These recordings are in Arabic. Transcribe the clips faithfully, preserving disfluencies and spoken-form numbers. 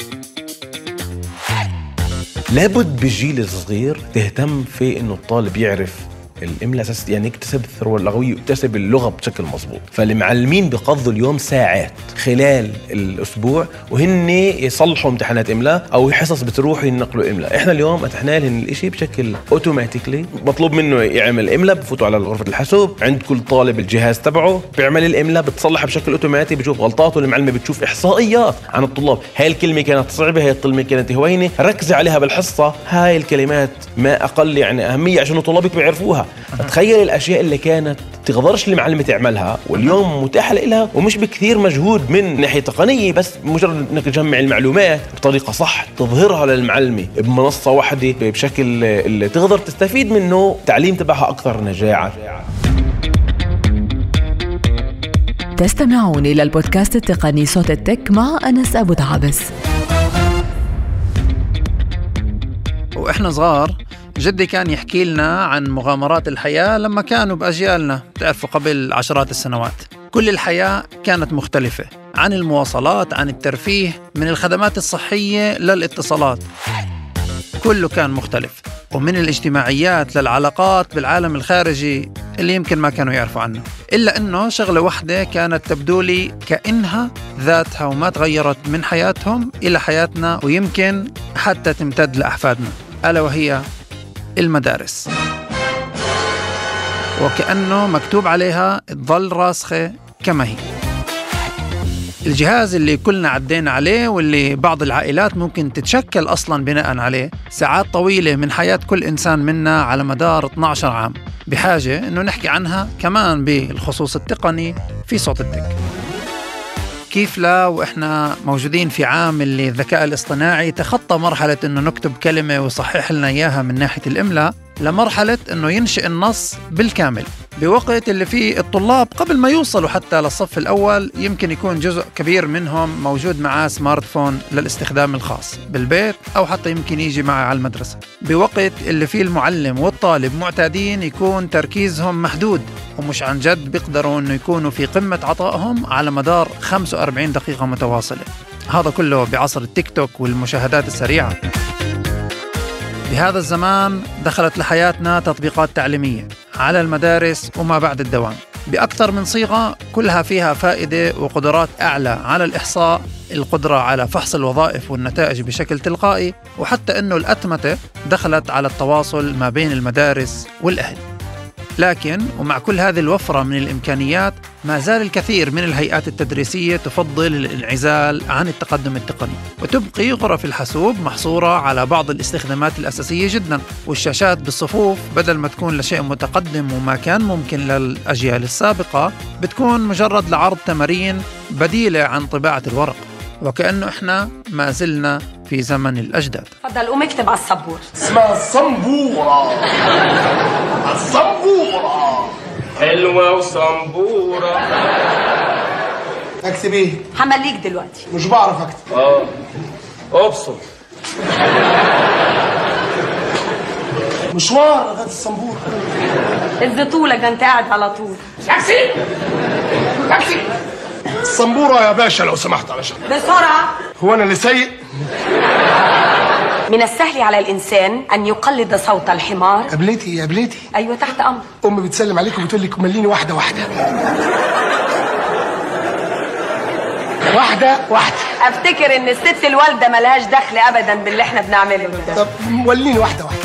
لابد بالجيل الصغير تهتم في إنه الطالب يعرف الإملاء أساس، يعني يكتسب الثروة اللغوية ويكتسب اللغة بشكل مظبوط. فالمعلمين بيقضوا اليوم ساعات خلال الأسبوع وهن يصلحوا امتحانات إملاء أو حصص بتروح ينقلوا إملاء. إحنا اليوم أتحنا لهم الإشي بشكل أوتوماتيكلي، مطلوب منه يعمل إملاء، بفوتوا على غرفة الحاسوب، عند كل طالب الجهاز تبعه بيعمل الإملاء، بتصلح بشكل أوتوماتي، بشوف غلطاته، المعلمة بتشوف إحصائيات عن الطلاب، هاي الكلمة كانت صعبة، هاي الكلمة كانت هوينة، ركز عليها بالحصة، هاي الكلمات ما أقل يعني أهمية عشان طلابك بيعرفوها. تخيل الأشياء اللي كانت تقدرش المعلمة تعملها واليوم متاحة لها، ومش بكثير مجهود من ناحية تقنية، بس مجرد انك تجمع المعلومات بطريقة صح، تظهرها للمعلمة بمنصة واحدة بشكل اللي تقدر تستفيد منه، تعليم تبعها أكثر نجاعة. تستمعون إلى البودكاست التقني صوت التك مع أنس أبو دعابس. وإحنا صغار جدي كان يحكي لنا عن مغامرات الحياة لما كانوا بأجيالنا، تعرفوا قبل عشرات السنوات. كل الحياة كانت مختلفة، عن المواصلات، عن الترفيه، من الخدمات الصحية للاتصالات، كله كان مختلف، ومن الاجتماعيات للعلاقات بالعالم الخارجي اللي يمكن ما كانوا يعرفوا عنه. إلا أنه شغلة واحدة كانت تبدو لي كأنها ذاتها وما تغيرت من حياتهم إلى حياتنا، ويمكن حتى تمتد لأحفادنا، ألا وهي المدارس. وكأنه مكتوب عليها تظل راسخة كما هي. الجهاز اللي كلنا عدينا عليه واللي بعض العائلات ممكن تتشكل أصلاً بناء عليه ساعات طويلة من حياة كل إنسان منا على مدار اثنا عشر عام، بحاجة إنه نحكي عنها كمان بالخصوص التقني في صوت التك. كيف لا وإحنا موجودين في عام اللي الذكاء الاصطناعي تخطى مرحلة إنه نكتب كلمة ويصحح لنا إياها من ناحية الإملاء لمرحلة إنه ينشئ النص بالكامل، بوقت اللي فيه الطلاب قبل ما يوصلوا حتى للصف الأول يمكن يكون جزء كبير منهم موجود معاه سمارت فون للاستخدام الخاص بالبيت، أو حتى يمكن يجي معه على المدرسة، بوقت اللي فيه المعلم والطالب معتادين يكون تركيزهم محدود ومش عن جد بيقدروا إنه يكونوا في قمة عطائهم على مدار خمسة وأربعين دقيقة متواصلة. هذا كله بعصر التيك توك والمشاهدات السريعة. بهذا الزمان دخلت لحياتنا تطبيقات تعليمية على المدارس وما بعد الدوام بأكثر من صيغة، كلها فيها فائدة وقدرات أعلى على الإحصاء، القدرة على فحص الوظائف والنتائج بشكل تلقائي، وحتى أنه الأتمتة دخلت على التواصل ما بين المدارس والأهل. لكن ومع كل هذه الوفرة من الإمكانيات ما زال الكثير من الهيئات التدريسية تفضل الانعزال عن التقدم التقني، وتبقي غرف الحاسوب محصورة على بعض الاستخدامات الأساسية جدا، والشاشات بالصفوف بدل ما تكون لشيء متقدم وما كان ممكن للأجيال السابقة بتكون مجرد لعرض تمارين بديلة عن طباعة الورق، وكأنه إحنا ما زلنا في زمن الأجداد. فضل قوم اكتب على السبورة. اسمها الصنبورة. الصنبورة حلوة وصنبورة. اكتب ايه؟ حمليك دلوقتي. مش بعرف اكتب. اه ابصر. مشوار لغاية الصنبورة. الزطولة كنت قاعد على طول. تاكسي تاكسي. الصنبورة يا باشا لو سمحت علشان بسرعة. هو أنا اللي سيء؟ من السهل على الإنسان أن يقلد صوت الحمار. قبلتي قبلتي. أيوة تحت أمر. أمي بتسلم عليك وبتقول لك مليني واحدة واحدة. واحدة واحدة. أفتكر إن الست الوالدة ملهاش دخل أبدا باللي إحنا بنعمله ده. طب وليني واحدة واحدة.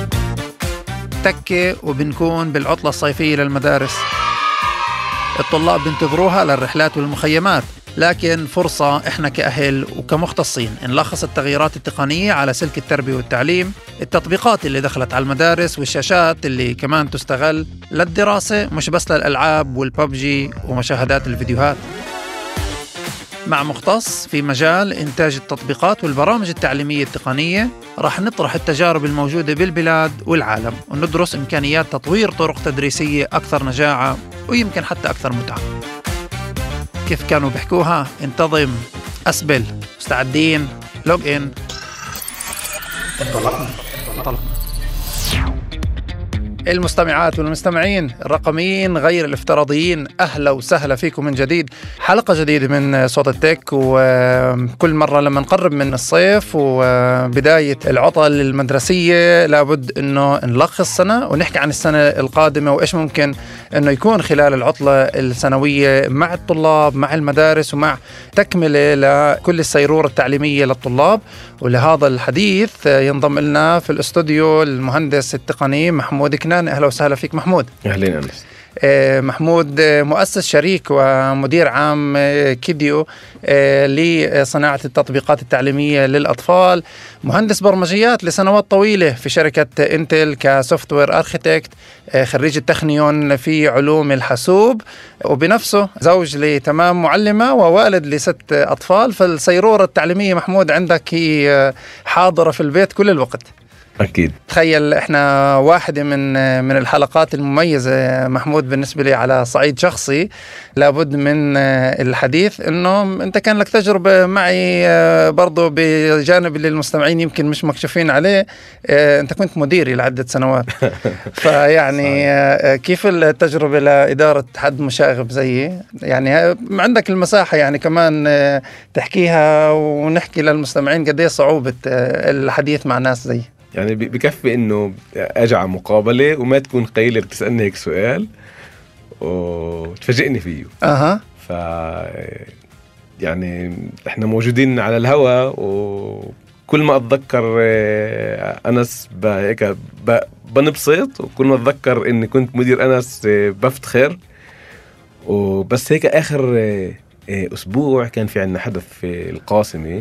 تكة وبنكون بالعطلة الصيفية للمدارس، الطلاب بينتظروها للرحلات والمخيمات، لكن فرصة إحنا كأهل وكمختصين نلخص التغييرات التقنية على سلك التربية والتعليم، التطبيقات اللي دخلت على المدارس والشاشات اللي كمان تستغل للدراسة مش بس للألعاب والببجي ومشاهدات الفيديوهات. مع مختص في مجال إنتاج التطبيقات والبرامج التعليمية التقنية راح نطرح التجارب الموجودة بالبلاد والعالم، وندرس إمكانيات تطوير طرق تدريسية أكثر نجاعة ويمكن حتى أكثر متعة. كيف كانوا بيحكوها؟ انتظم، أسبل، مستعدين، لوج إن. انطلقنا انطلقنا. المستمعات والمستمعين الرقميين غير الافتراضيين، أهلا وسهلا فيكم من جديد. حلقة جديدة من صوت التك، وكل مرة لما نقرب من الصيف وبداية العطل المدرسية لابد أنه نلخص سنة ونحكي عن السنة القادمة وإيش ممكن أنه يكون خلال العطلة السنوية مع الطلاب مع المدارس ومع تكملة لكل السيرورة التعليمية للطلاب. ولهذا الحديث ينضم لنا في الاستوديو المهندس التقني محمود كنان. أهلا وسهلا فيك محمود. أهلين أنس. محمود مؤسس شريك ومدير عام كيديو لصناعة التطبيقات التعليمية للأطفال، مهندس برمجيات لسنوات طويلة في شركة انتل كسوفت وير اركيتكت، خريج التخنيون في علوم الحاسوب، وبنفسه زوج لتمام معلمة ووالد لست أطفال. فالسيرورة التعليمية محمود عندك هي حاضرة في البيت كل الوقت. أكيد. تخيل إحنا واحدة من من الحلقات المميزة محمود بالنسبة لي على صعيد شخصي، لابد من الحديث إنه أنت كان لك تجربة معي برضو بجانب اللي المستمعين يمكن مش مكشوفين عليه. أنت كنت مديري لعدة سنوات فيعني كيف التجربة لإدارة حد مشاغب زيي؟ يعني عندك المساحة يعني كمان تحكيها ونحكي للمستمعين قد إيه صعوبة الحديث مع ناس زي. يعني بكفي انه اجع مقابله وما تكون قليله بتسالني هيك سؤال وتفاجئني فيه. اها ف يعني احنا موجودين على الهواء، وكل ما اتذكر انس هيك بنبسط، وكل ما اتذكر اني كنت مدير انس بفتخر. وبس هيك اخر اسبوع كان في عندنا حدث في القاسمه،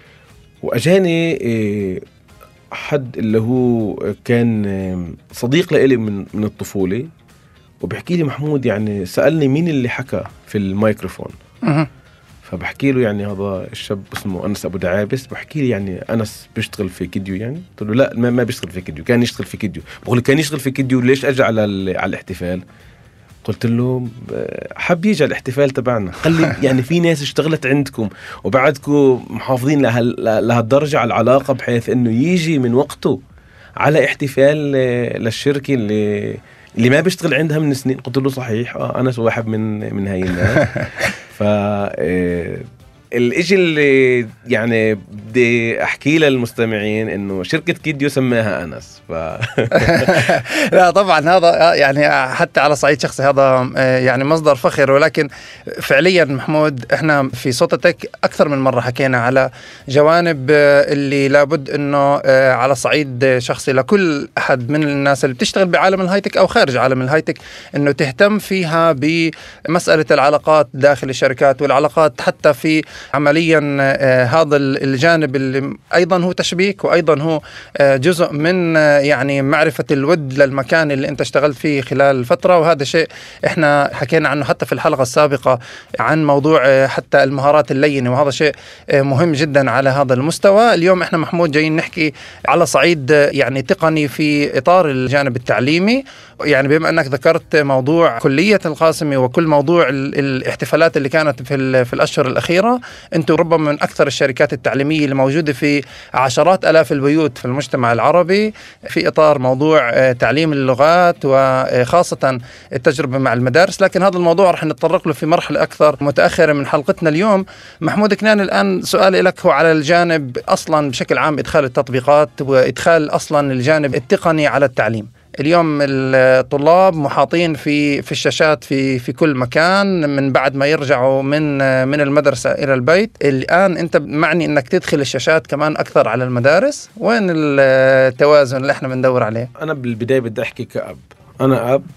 واجاني حد اللي هو كان صديق لإلي من من الطفولة، وبحكي لي محمود يعني سألني مين اللي حكى في الميكروفون. أه. فبحكي له يعني هذا الشاب اسمه أنس أبو دعابس. بحكي لي يعني أنس بيشتغل في كيديو يعني؟ قلت له لا ما, ما بيشتغل في كيديو، كان يشتغل في كيديو. بقول كان يشتغل في كيديو ليش أجى على على الاحتفال؟ قلت له حب يجي الاحتفال تبعنا. قال لي يعني في ناس اشتغلت عندكم وبعدكم محافظين لهالدرجة على العلاقة بحيث انه يجي من وقته على احتفال للشركة اللي اللي ما بيشتغل عندها من سنين. قلت له صحيح اه انا واحد من من هاي الناس. ف الاشي اللي يعني بدي احكي للمستمعين انه شركة كيديو سماها انس. ف... لا طبعا هذا يعني حتى على صعيد شخصي هذا يعني مصدر فخر. ولكن فعليا محمود احنا في صوت التك اكثر من مرة حكينا على جوانب اللي لابد انه على صعيد شخصي لكل احد من الناس اللي بتشتغل بعالم الهايتك او خارج عالم الهايتك انه تهتم فيها بمسألة العلاقات داخل الشركات والعلاقات حتى في عمليا آه هذا الجانب اللي أيضا هو تشبيك وأيضا هو آه جزء من آه يعني معرفة الود للمكان اللي أنت اشتغلت فيه خلال الفترة. وهذا شيء إحنا حكينا عنه حتى في الحلقة السابقة عن موضوع آه حتى المهارات اللينة، وهذا شيء آه مهم جدا على هذا المستوى. اليوم إحنا محمود جايين نحكي على صعيد آه يعني تقني في إطار الجانب التعليمي. يعني بما أنك ذكرت موضوع كلية القاسمة وكل موضوع الاحتفالات اللي كانت في, في الأشهر الأخيرة، أنتم ربما من أكثر الشركات التعليمية اللي موجودة في عشرات ألاف البيوت في المجتمع العربي في إطار موضوع تعليم اللغات وخاصة التجربة مع المدارس. لكن هذا الموضوع رح نتطرق له في مرحلة أكثر متأخرة من حلقتنا اليوم. محمود كنان، الآن سؤالي لك هو على الجانب أصلا بشكل عام إدخال التطبيقات وإدخال أصلا الجانب التقني على التعليم. اليوم الطلاب محاطين في في الشاشات في في كل مكان من بعد ما يرجعوا من من المدرسة إلى البيت. الآن أنت معني أنك تدخل الشاشات كمان أكثر على المدارس. وين التوازن اللي احنا بندور عليه؟ أنا بالبداية بدي أحكي كأب. أنا أب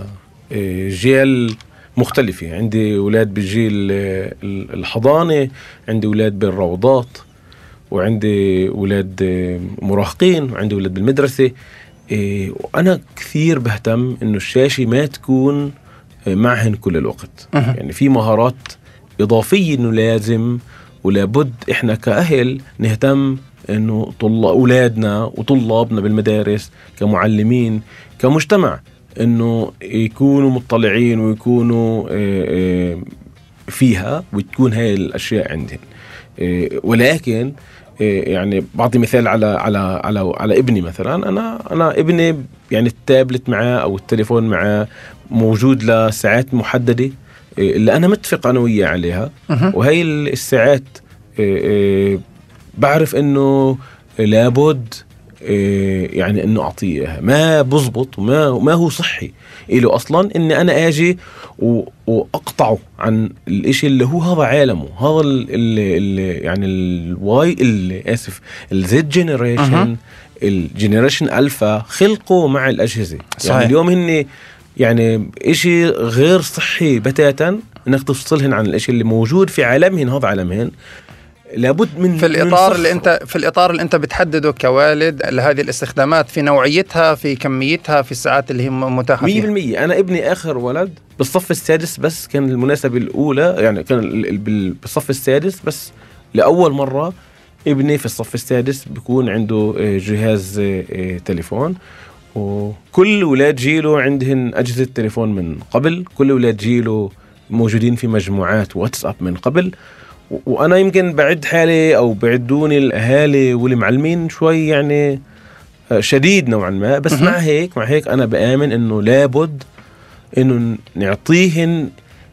لجيل مختلفة، عندي أولاد بالجيل الحضانة، عندي أولاد بالروضات، وعندي أولاد مراهقين، وعندي أولاد بالمدرسة. إيه وأنا كثير بهتم إنه الشاشة ما تكون معهن كل الوقت. أه. يعني في مهارات إضافية إنه لازم ولابد إحنا كأهل نهتم إنه طلاب أولادنا وطلابنا بالمدارس كمعلمين كمجتمع إنه يكونوا مطلعين ويكونوا إيه إيه فيها وتكون هاي الأشياء عندهم. إيه ولكن يعني بعطي مثال على على على على ابني مثلا. انا انا ابني يعني التابلت معاه او التليفون معاه موجود لساعات محدده اللي انا متفق انا وياه عليها، وهي الساعات بعرف انه لابد يعني انه اعطيه اياها. ما بزبط وما ما هو صحي له اصلا اني انا اجي واقطعه عن الاشي اللي هو هذا عالمه، هذا اللي, اللي يعني الواي اللي اسف الزد جينيريشن الجينيريشن الفا خلقوا مع الاجهزه. صحيح. يعني اليوم هن يعني اشي غير صحي بتاتا انك تفصلهن عن الاشي اللي موجود في عالمهن. هذا عالمهن لابد من في الإطار من اللي أنت في الإطار اللي أنت بتحدده كوالد لهذه الاستخدامات، في نوعيتها، في كميتها، في الساعات اللي هي متاحة مية بالمية. أنا ابني آخر ولد بالصف السادس، بس كان المناسبة الأولى يعني كان بالصف السادس بس لأول مرة ابني في الصف السادس بيكون عنده جهاز تليفون، وكل ولاد جيله عندهن أجهزة تليفون من قبل، كل ولاد جيله موجودين في مجموعات واتساب من قبل. وأنا يمكن بعد حالي أو بعدوني الأهالي والمعلمين شوي يعني شديد نوعا ما، بس مع هيك مع هيك أنا بآمن إنه لابد إنه نعطيهن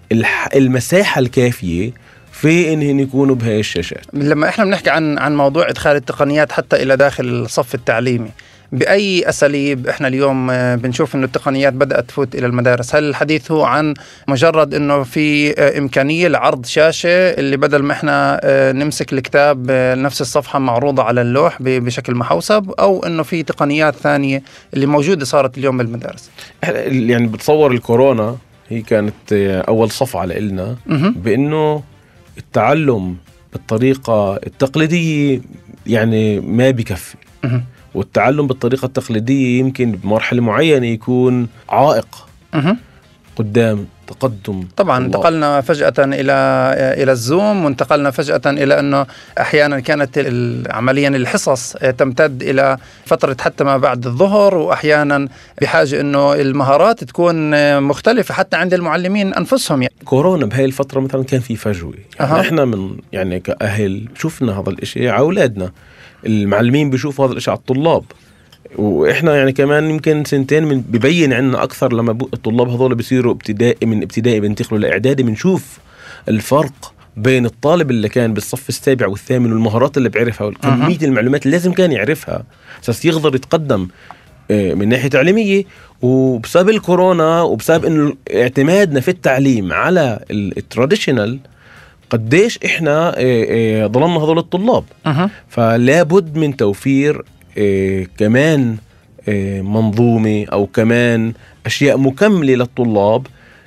المساحة الكافية في إنهن يكونوا بهاي الشاشات. لما إحنا بنحكي عن عن موضوع إدخال التقنيات حتى إلى داخل الصف التعليمي، بأي أساليب إحنا اليوم بنشوف إنه التقنيات بدأت تفوت إلى المدارس؟ هل الحديث هو عن مجرد إنه في إمكانية لعرض شاشة اللي بدل ما إحنا نمسك الكتاب نفس الصفحة معروضة على اللوح بشكل محوسب، أو إنه في تقنيات ثانية اللي موجودة صارت اليوم بالمدارس؟ يعني بتصور الكورونا هي كانت أول صفعة لإلنا بإنه التعلم بالطريقة التقليدية يعني ما بيكفي، والتعلم بالطريقة التقليدية يمكن بمرحلة معينة يكون عائق أه. قدام تقدم. طبعا الله. انتقلنا فجأة إلى إلى الزوم، وانتقلنا فجأة إلى أنه أحيانا كانت عمليا الحصص تمتد إلى فترة حتى ما بعد الظهر، وأحيانا بحاجة أنه المهارات تكون مختلفة حتى عند المعلمين أنفسهم. يعني كورونا بهاي الفترة مثلا كان في فجوة، يعني أه. إحنا من يعني كأهل شفنا هذا الإشي على أولادنا، المعلمين بيشوفوا هذا الإشي على الطلاب، وإحنا يعني كمان يمكن سنتين من ببين عنا أكثر لما الطلاب هذول بيصيروا ابتدائي، من ابتدائي بينتقلوا لإعدادي بنشوف الفرق بين الطالب اللي كان بالصف السابع والثامن والمهارات اللي بيعرفها وكمية أه. المعلومات اللي لازم كان يعرفها أساس يقدر يتقدم من ناحية تعليمية. وبسبب الكورونا وبسبب إنه اعتمادنا في التعليم على التراديشنال قديش إحنا ظلمنا هذول الطلاب. أه. فلا بد من توفير إيه كمان إيه منظومة أو كمان أشياء مكملة للطلاب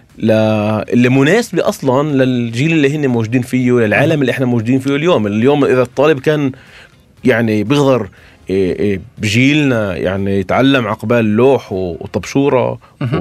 اللي مناسبة أصلا للجيل اللي هن موجودين فيه وللعالم اللي إحنا موجودين فيه اليوم. اليوم إذا الطالب كان يعني بيقدر إيه إيه بجيلنا يعني يتعلم عقبال لوح وطبشورة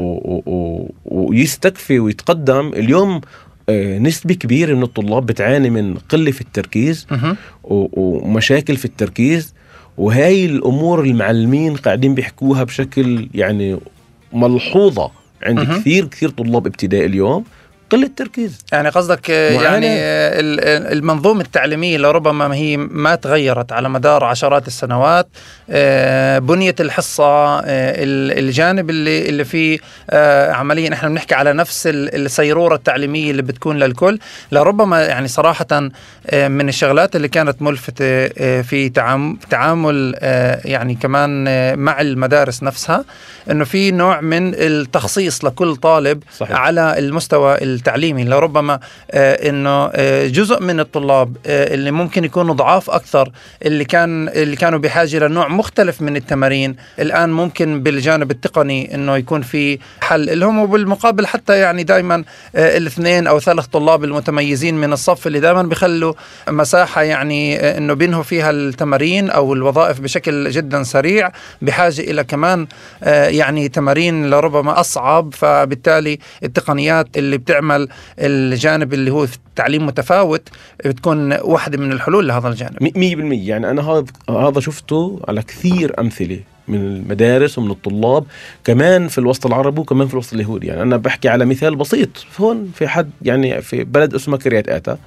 ويستكفي ويتقدم، اليوم نسبة كبيرة من الطلاب بتعاني من قلة في التركيز ومشاكل في التركيز. وهاي الأمور المعلمين قاعدين بيحكوها بشكل يعني ملحوظة عند أه. كثير كثير طلاب ابتدائي اليوم قلة تركيز. يعني قصدك يعني المنظومة التعليمية لربما هي ما تغيرت على مدار عشرات السنوات، بنية الحصة، الجانب اللي اللي فيه عمليا احنا بنحكي على نفس السيرورة التعليمية اللي بتكون للكل. لربما يعني صراحة من الشغلات اللي كانت ملفتة في تعامل يعني كمان مع المدارس نفسها انه في نوع من التخصيص لكل طالب. صحيح. على المستوى التعليمي. لربما آه انه آه جزء من الطلاب آه اللي ممكن يكونوا ضعاف اكثر، اللي كان اللي كانوا بحاجه لنوع مختلف من التمارين، الان ممكن بالجانب التقني انه يكون في حل لهم. وبالمقابل حتى يعني دائما آه الاثنين او ثلاث طلاب المتميزين من الصف اللي دائما بيخلوا مساحه يعني آه انه بينهوا فيها التمارين او الوظائف بشكل جدا سريع، بحاجه الى كمان آه يعني تمارين لربما اصعب. فبالتالي التقنيات اللي بتعمل الجانب اللي هو في التعليم متفاوت بتكون واحدة من الحلول لهذا الجانب. مية بالمية. يعني أنا هذا هذا شفته على كثير أمثلة من المدارس ومن الطلاب كمان في الوسط العربي وكمان في الوسط اليهودي. يعني أنا بحكي على مثال بسيط هون، في حد يعني في بلد اسمه كريات آتا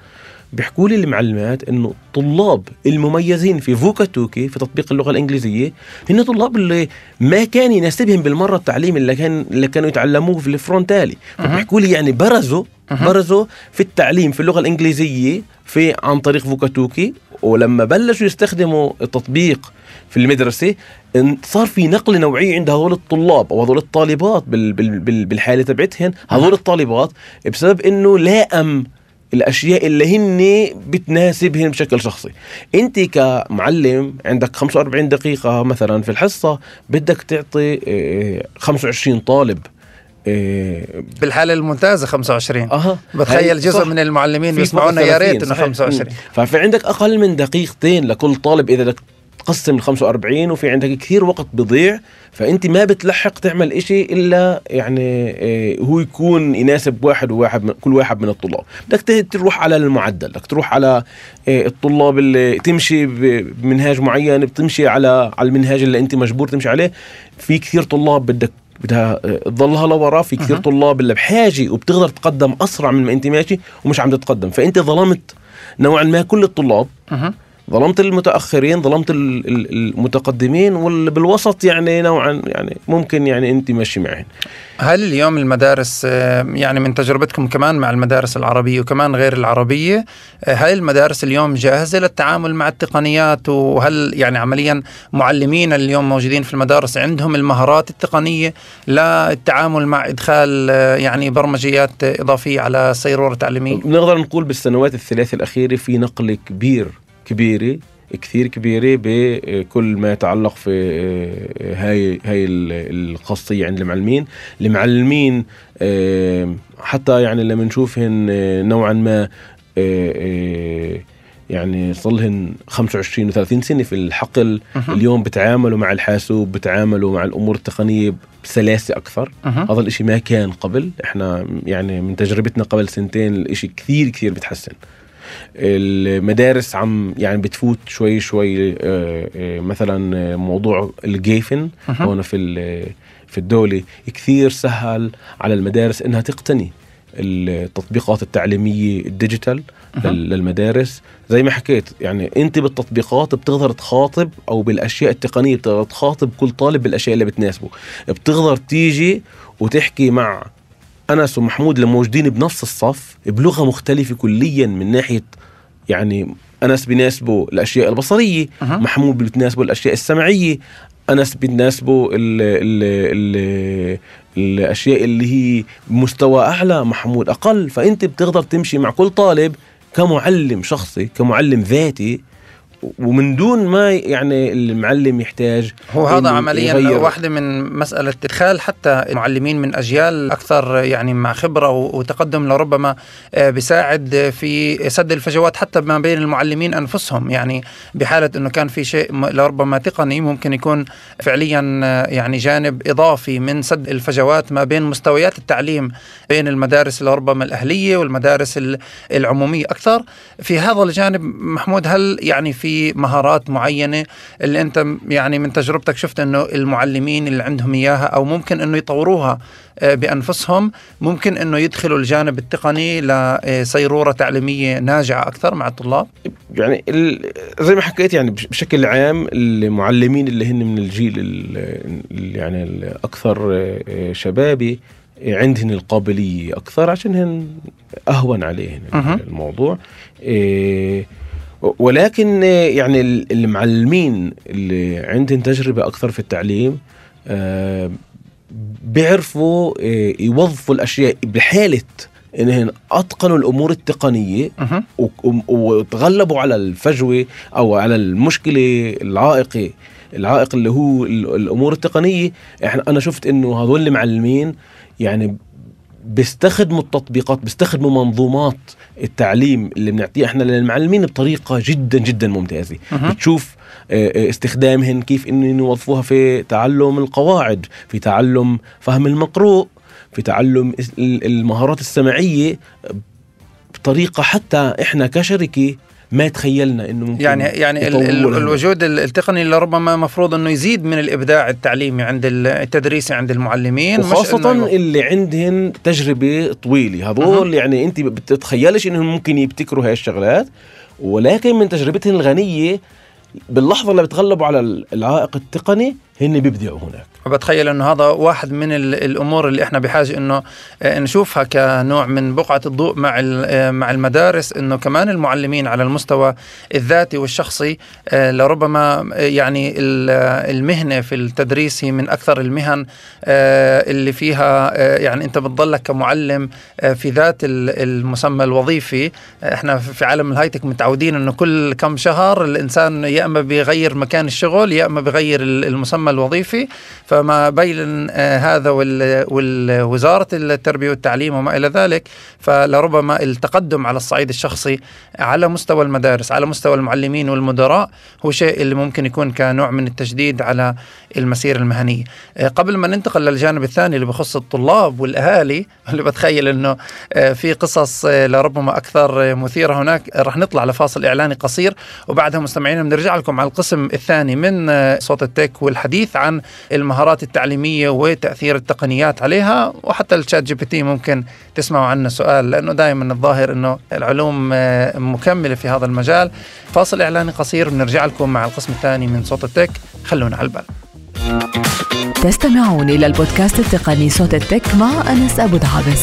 بيحكوا لي المعلمات إنه طلاب المميزين في فوكاتوكي في تطبيق اللغة الإنجليزية هن طلاب اللي ما كان يناسبهم بالمرة التعليم اللي كان اللي كانوا يتعلموه في الفرونتالي. فبيحكوا لي يعني برزوا برزوا في التعليم في اللغة الإنجليزية في عن طريق فوكاتوكي، ولما بلشوا يستخدموا التطبيق في المدرسة صار في نقل نوعي عند هذول الطلاب أو هذول الطالبات بال بال بالحالة تبعتهن هذول الطالبات، بسبب إنه لائم الأشياء اللي هن بتناسبهن بشكل شخصي. أنت كمعلم عندك خمسة وأربعين دقيقة مثلا في الحصة، بدك تعطي خمسة وعشرين طالب بالحالة الممتازة خمسة وعشرين. أها بتخيل جزء من المعلمين بيسمعونا يا ريت إنه خمسة وعشرين. ففي عندك أقل من دقيقتين لكل طالب إذا بدك تقسم ال خمسة وأربعين، وفي عندك كثير وقت بضيع، فأنت ما بتلحق تعمل إشي إلا يعني هو يكون يناسب واحد وواحد من كل واحد من الطلاب. بدك تروح على المعدل، بدك تروح على الطلاب اللي تمشي بمنهاج معين، بتمشي على على المنهاج اللي أنت مجبور تمشي عليه. في كثير طلاب بدك بدها تضلها لورا، في كثير طلاب اللي بحاجة وبتقدر تقدم أسرع من ما أنت ماشي ومش عم تتقدم، فأنت ظلمت نوعا ما كل الطلاب. ظلمت المتأخرين، ظلمت المتقدمين، واللي بالوسط يعني نوعا يعني ممكن يعني أنت ماشي معهم. هل اليوم المدارس يعني من تجربتكم كمان مع المدارس العربية وكمان غير العربية، هل المدارس اليوم جاهزة للتعامل مع التقنيات؟ وهل يعني عمليا معلمين اليوم موجودين في المدارس عندهم المهارات التقنية للتعامل مع إدخال يعني برمجيات إضافية على سيرورة تعليمية؟ نقدر نقول بالسنوات الثلاث الأخيرة في نقل كبير كبيرة كثير كبيرة بكل ما يتعلق في هاي هاي الخاصية عند المعلمين. المعلمين حتى يعني لما نشوفهن نوعا ما يعني صلهن خمسة وعشرين وثلاثين سنة في الحقل، اليوم بتعاملوا مع الحاسوب، بتعاملوا مع الأمور التقنية بسلاسة أكثر. هذا الإشي ما كان قبل. إحنا يعني من تجربتنا قبل سنتين الإشي كثير كثير بتحسن. المدارس عم يعني بتفوت شوي شوي مثلا موضوع الجيفن هون في في الدولة كثير سهل على المدارس إنها تقتني التطبيقات التعليمية الديجيتال للمدارس. زي ما حكيت يعني أنت بالتطبيقات بتقدر تخاطب، أو بالأشياء التقنية بتقدر تخاطب كل طالب بالأشياء اللي بتناسبه. بتقدر تيجي وتحكي مع أنس ومحمود اللي موجودين بنفس الصف بلغة مختلفة كليا، من ناحية يعني أنس بيناسبه الأشياء البصرية، محمود بيناسبه الأشياء السمعية، أنس بيناسبه ال ال ال الأشياء اللي هي مستوى أعلى، محمود أقل. فأنت بتقدر تمشي مع كل طالب كمعلم شخصي، كمعلم ذاتي، ومن دون ما يعني المعلم يحتاج. هو هذا عمليا واحدة من مسألة إدخال حتى معلمين من أجيال أكثر يعني مع خبرة وتقدم، لربما بيساعد في سد الفجوات حتى ما بين المعلمين أنفسهم. يعني بحالة أنه كان في شيء لربما تقني، ممكن يكون فعليا يعني جانب إضافي من سد الفجوات ما بين مستويات التعليم بين المدارس لربما الأهلية والمدارس العمومية أكثر. في هذا الجانب محمود، هل يعني في في مهارات معينة اللي أنت يعني من تجربتك شفت أنه المعلمين اللي عندهم إياها أو ممكن أنه يطوروها بأنفسهم، ممكن أنه يدخلوا الجانب التقني لسيرورة تعليمية ناجعة أكثر مع الطلاب؟ يعني زي ما حكيت يعني بشكل عام المعلمين اللي هن من الجيل اللي يعني الأكثر شبابي عندهن القابلية أكثر، عشان هن أهون عليهن الموضوع. ولكن يعني المعلمين اللي عندهم تجربة أكثر في التعليم بيعرفوا يوظفوا الأشياء بحالة إنهم أتقنوا الأمور التقنية وتغلبوا على الفجوة أو على المشكلة العائقة العائق اللي هو الأمور التقنية. إحنا أنا شفت إنه هذول المعلمين يعني بيستخدموا التطبيقات، بيستخدموا منظومات التعليم اللي بنعطيها احنا للمعلمين بطريقة جدا جدا ممتازة. بتشوف استخدامهن كيف انه يوظفوها في تعلم القواعد، في تعلم فهم المقروء، في تعلم المهارات السمعية، بطريقة حتى احنا كشركة ما تخيلنا انه ممكن يعني يعني الوجود التقني اللي ربما مفروض انه يزيد من الابداع التعليمي عند التدريسي عند المعلمين، وخاصه اللي عندهم تجربه طويله هذول. يعني انت بتتخيلش انهم ممكن يبتكروا هاي الشغلات، ولكن من تجربتهم الغنيه باللحظه اللي بتغلبوا على العائق التقني هن بيبدعوا هناك. وبتخيل انه هذا واحد من الامور اللي احنا بحاجه انه نشوفها كنوع من بقعه الضوء مع مع المدارس، انه كمان المعلمين على المستوى الذاتي والشخصي لربما يعني المهنه في التدريس هي من اكثر المهن اللي فيها يعني انت بتضلك كمعلم في ذات المسمى الوظيفي. احنا في عالم الهايتك متعودين انه كل كم شهر الانسان يا اما بيغير مكان الشغل يا اما بيغير المسمى الوظيفي. فما بين هذا والوزارة التربية والتعليم وما إلى ذلك، فلربما التقدم على الصعيد الشخصي على مستوى المدارس على مستوى المعلمين والمدراء هو شيء اللي ممكن يكون كنوع من التجديد على المسيرة المهنية. قبل ما ننتقل للجانب الثاني اللي بخص الطلاب والأهالي اللي بتخيل أنه في قصص لربما أكثر مثيرة هناك، رح نطلع لفاصل إعلاني قصير وبعدها مستمعين بنرجع لكم على القسم الثاني من صوت التك والحديث عن المهارات التعليمية وتأثير التقنيات عليها، وحتى الشات جي بي تي ممكن تسمعوا عنه سؤال لأنه دائما الظاهر أنه العلوم مكملة في هذا المجال. فاصل إعلاني قصير بنرجع لكم مع القسم الثاني من صوت التك، خلونا على البال. تستمعون إلى البودكاست التقني صوت التك مع أنس أبو دعابس.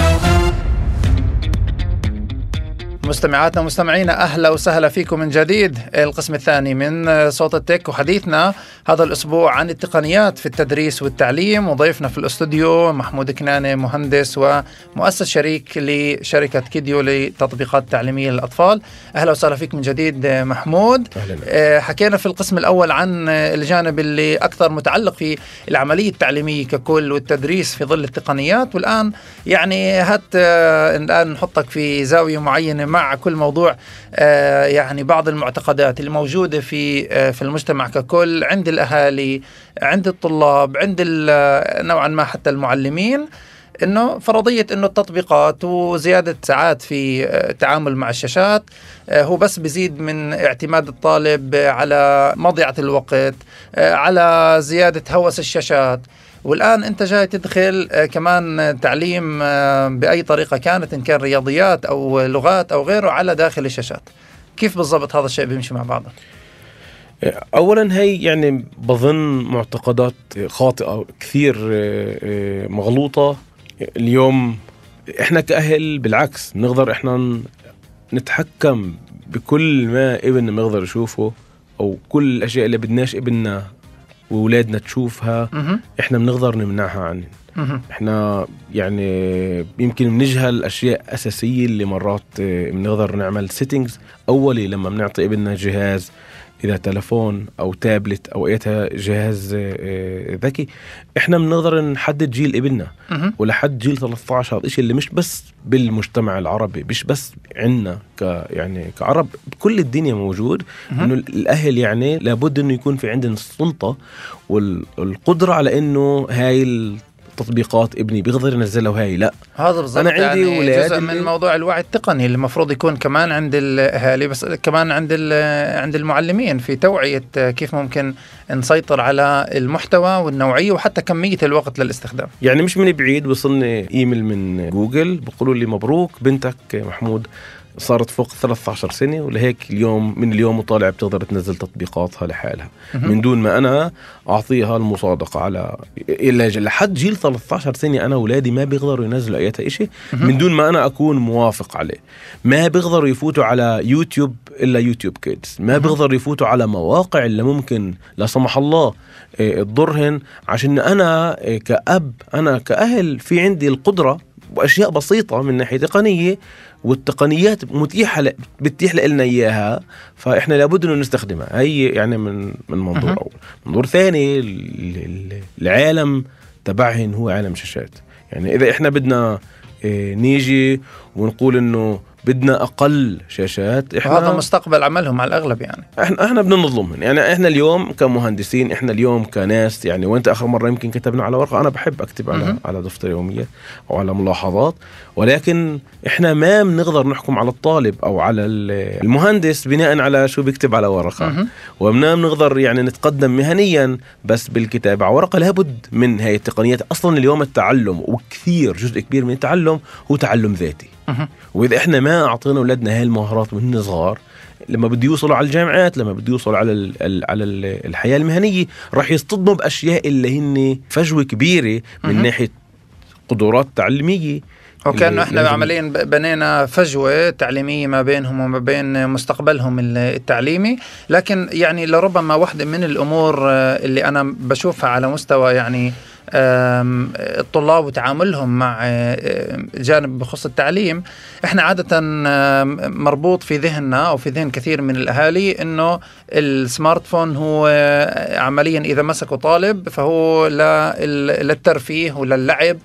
مستمعاتنا ومستمعينا أهلا وسهلا فيكم من جديد. القسم الثاني من صوت التك وحديثنا هذا الأسبوع عن التقنيات في التدريس والتعليم، وضيفنا في الاستوديو محمود كنانة مهندس ومؤسس شريك لشركة كيديو لتطبيقات تعليمية للأطفال. أهلا وسهلا فيك من جديد محمود. أهلا. حكينا في القسم الأول عن الجانب اللي أكثر متعلق في العملية التعليمية ككل والتدريس في ظل التقنيات، والآن يعني هات الآن نحطك في زاوية معينة مع كل موضوع آه يعني بعض المعتقدات اللي موجودة في آه في المجتمع ككل، عند الأهالي عند الطلاب عند نوعا ما حتى المعلمين، إنه فرضية إنه التطبيقات وزيادة ساعات في آه التعامل مع الشاشات آه هو بس بيزيد من اعتماد الطالب على مضيعة الوقت، آه على زيادة هوس الشاشات. والآن أنت جاي تدخل كمان تعليم بأي طريقة كانت، إن كان رياضيات أو لغات أو غيره، على داخل الشاشات. كيف بالضبط هذا الشيء بيمشي مع بعضه؟ أولا هي يعني بظن معتقدات خاطئة كثير مغلوطة. اليوم إحنا كأهل بالعكس نقدر إحنا نتحكم بكل ما ابننا بنقدر يشوفه، أو كل الأشياء اللي بدناش ابننا وولادنا تشوفها م- احنا بنقدر نمنعها عنهم. م- احنا يعني يمكن بنجهل اشياء اساسيه اللي مرات بنقدر نعمل سيتنجز اولي لما بنعطي ابننا جهاز، اذا تلفون او تابلت او اي جهاز ذكي، احنا بنقدر نحدد جيل ابننا ولحد جيل ثلاثة عشر. هذا الشيء اللي مش بس بالمجتمع العربي، مش بس عندنا ك يعني كعرب، بكل الدنيا موجود. انه الاهل يعني لابد انه يكون في عندنا السلطه والقدره على انه هاي تطبيقات ابني بيقدر ينزلها وهي لا. هذا بالضبط. أنا عندي يعني جزء من موضوع الوعي التقني اللي المفروض يكون كمان عند الأهالي، بس كمان عند عند المعلمين في توعية كيف ممكن نسيطر على المحتوى والنوعية وحتى كمية الوقت للاستخدام. يعني مش من بعيد وصلني إيميل من جوجل بيقولوا لي مبروك بنتك محمود صارت فوق ثلاثة عشر سنة، ولهيك اليوم من اليوم وطالع بتقدر تنزل تطبيقاتها لحالها من دون ما أنا أعطيها المصادقة على إلا لحد جيل ثلاثة عشر سنة. أنا أولادي ما بيقدروا ينزلوا أي شيء من دون ما أنا أكون موافق عليه. ما بيقدروا يفوتوا على يوتيوب إلا يوتيوب كيدز، ما بيقدروا يفوتوا على مواقع اللي ممكن لا سمح الله تضرهن، عشان أنا كأب أنا كأهل في عندي القدرة وأشياء بسيطة من ناحية تقنية، والتقنيات متيحة ل... بتتيح لنا إياها، فإحنا لابد أن نستخدمها. هي يعني من من منظور أول. منظور ثاني، العالم تبعهن هو عالم شاشات. يعني إذا إحنا بدنا نيجي ونقول إنه بدنا أقل شاشات. إحنا هذا مستقبل عملهم على الأغلب يعني. إحنا إحنا بدنا نظلمهم يعني. إحنا اليوم كمهندسين، إحنا اليوم كناس يعني، وأنت آخر مرة يمكن كتبنا على ورقة، أنا بحب أكتب على م- على دفتر يومية أو على ملاحظات، ولكن إحنا ما بنقدر نحكم على الطالب أو على المهندس بناء على شو بيكتب على ورقة، وما بنقدر يعني نتقدم مهنيا بس بالكتابة على ورقة. لابد من هاي التقنيات. أصلا اليوم التعلم، وكثير جزء كبير من التعلم هو تعلم ذاتي. وإذا إحنا ما أعطينا أولادنا هاي المهارات من صغار، لما بده يوصلوا على الجامعات، لما بده يوصلوا على ال على ال الحياة المهنية، راح يصطدموا بأشياء اللي هن فجوة كبيرة من ناحية قدرات تعليمية. وكأنه احنا عمليا بنينا فجوة تعليمية ما بينهم وما بين مستقبلهم التعليمي. لكن يعني لربما واحدة من الأمور اللي أنا بشوفها على مستوى يعني الطلاب وتعاملهم مع جانب بخصوص التعليم، احنا عادة مربوط في ذهننا أو في ذهن كثير من الأهالي إنه السمارت فون هو عمليا إذا مسكوا طالب فهو للترفيه وللعب،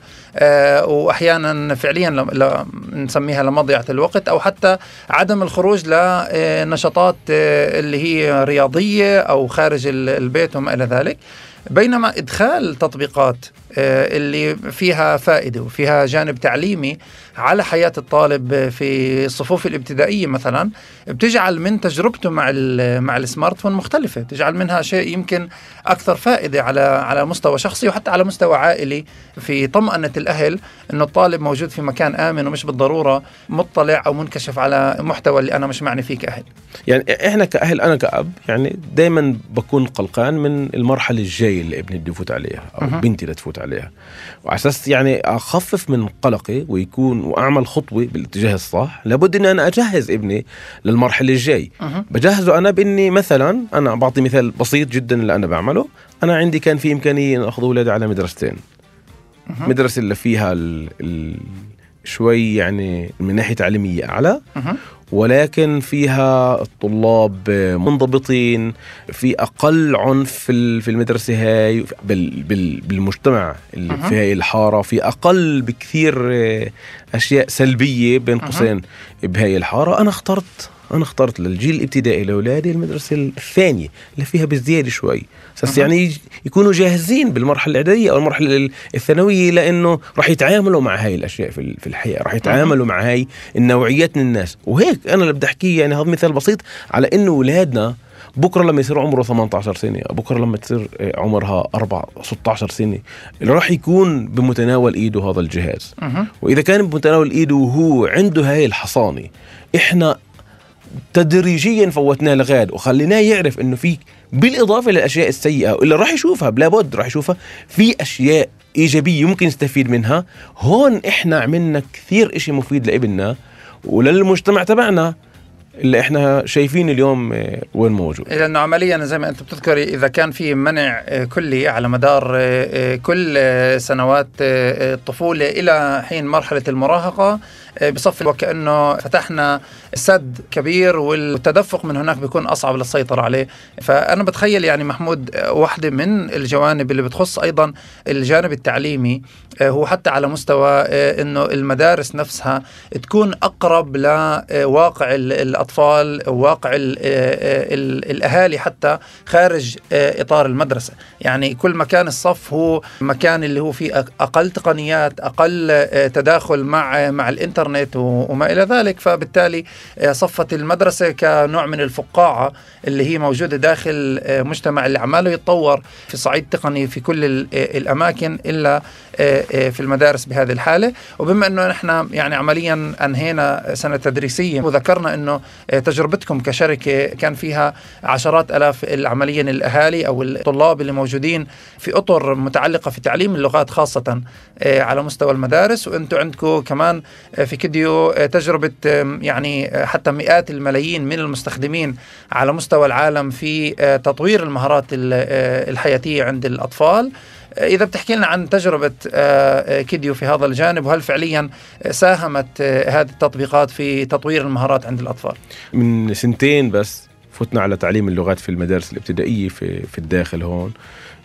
وأحيانا فعليا نسميها لمضيعة الوقت، أو حتى عدم الخروج لنشاطات اللي هي رياضية أو خارج البيت وما إلى ذلك. بينما إدخال تطبيقات اللي فيها فائدة وفيها جانب تعليمي على حياة الطالب في الصفوف الابتدائية مثلا، بتجعل من تجربته مع مع السمارت فون مختلفة، تجعل منها شيء يمكن أكثر فائدة على على مستوى شخصي وحتى على مستوى عائلي، في طمأنة الأهل إنه الطالب موجود في مكان آمن ومش بالضرورة مطلع أو منكشف على محتوى اللي أنا مش معني فيه كأهل. يعني إحنا كأهل، أنا كأب يعني دايما بكون قلقان من المرحلة الجاية اللي ابني بده يفوت عليها أو أه. بنتي تفوت عليها، وعساس يعني أخفف من قلقي ويكون وأعمل خطوة بالاتجاه الصح. لابد أن أنا أجهز ابني للمرحلة الجاي. أه. بجهزه أنا بإني مثلا، أنا بعطي مثال بسيط جدا اللي أنا بعمله. أنا عندي كان في إمكانية أخذ أولادي على مدرستين. أه. مدرسة اللي فيها ال ال شوي يعني من ناحية تعليمية أعلى، أه. ولكن فيها الطلاب منضبطين، في أقل عنف في المدرسة هاي بالمجتمع اللي في هاي الحارة، في أقل بكثير أشياء سلبية بين قوسين بهاي الحارة. أنا اخترت أنا اخترت للجيل الابتدائي لأولادي المدرسة الثانية اللي فيها بزيادة شوي، بس يعني يكونوا جاهزين بالمرحلة الإعدادية أو المرحلة الثانوية، لأنه راح يتعاملوا مع هاي الأشياء في الحياة، راح يتعاملوا مع هاي النوعيات من الناس. وهيك أنا اللي بدي أحكيه يعني، هذا مثال بسيط على إنه أولادنا بكرة لما يصير عمره ثمانية عشر سنة، بكرة لما تصير عمرها أربعة ستة عشر سنة، اللي راح يكون بمتناول إيده هذا الجهاز. وإذا كان بمتناول إيده وهو عنده هاي الحصانة، إحنا تدريجيا فوتناه لغاد وخليناه يعرف انه في بالاضافه للاشياء السيئه اللي راح يشوفها، بلابد راح يشوفها، في اشياء ايجابيه ممكن يستفيد منها. هون احنا عملنا كثير اشي مفيد لابننا وللمجتمع تبعنا اللي احنا شايفين اليوم وين موجود. لأنه عمليا زي ما أنت بتذكر، إذا كان في منع كلي على مدار كل سنوات الطفولة إلى حين مرحلة المراهقة، بصف وكأنه فتحنا سد كبير والتدفق من هناك بيكون أصعب للسيطرة عليه. فأنا بتخيل يعني محمود، واحدة من الجوانب اللي بتخص أيضا الجانب التعليمي هو حتى على مستوى أنه المدارس نفسها تكون أقرب لواقع الأطفال، واقع ال ال الأهالي حتى خارج إطار المدرسة. يعني كل مكان الصف هو مكان اللي هو فيه أقل تقنيات، أقل تداخل مع مع الإنترنت وما إلى ذلك، فبالتالي صفت المدرسة كنوع من الفقاعة اللي هي موجودة داخل مجتمع اللي عماله يتطور في صعيد تقني في كل الأماكن إلا في المدارس بهذه الحالة. وبما أنه نحن يعني عمليا أنهينا سنة تدريسية، وذكرنا أنه تجربتكم كشركة كان فيها عشرات ألاف عمليا الأهالي أو الطلاب اللي موجودين في أطر متعلقة في تعليم اللغات خاصة على مستوى المدارس، وأنتم عندكم كمان في كيديو تجربة يعني حتى مئات الملايين من المستخدمين على مستوى العالم في تطوير المهارات الحياتية عند الأطفال. إذا بتحكي لنا عن تجربة كيديو في هذا الجانب، وهل فعليا ساهمت هذه التطبيقات في تطوير المهارات عند الأطفال؟ من سنتين بس فتنا على تعليم اللغات في المدارس الابتدائية في في الداخل هون.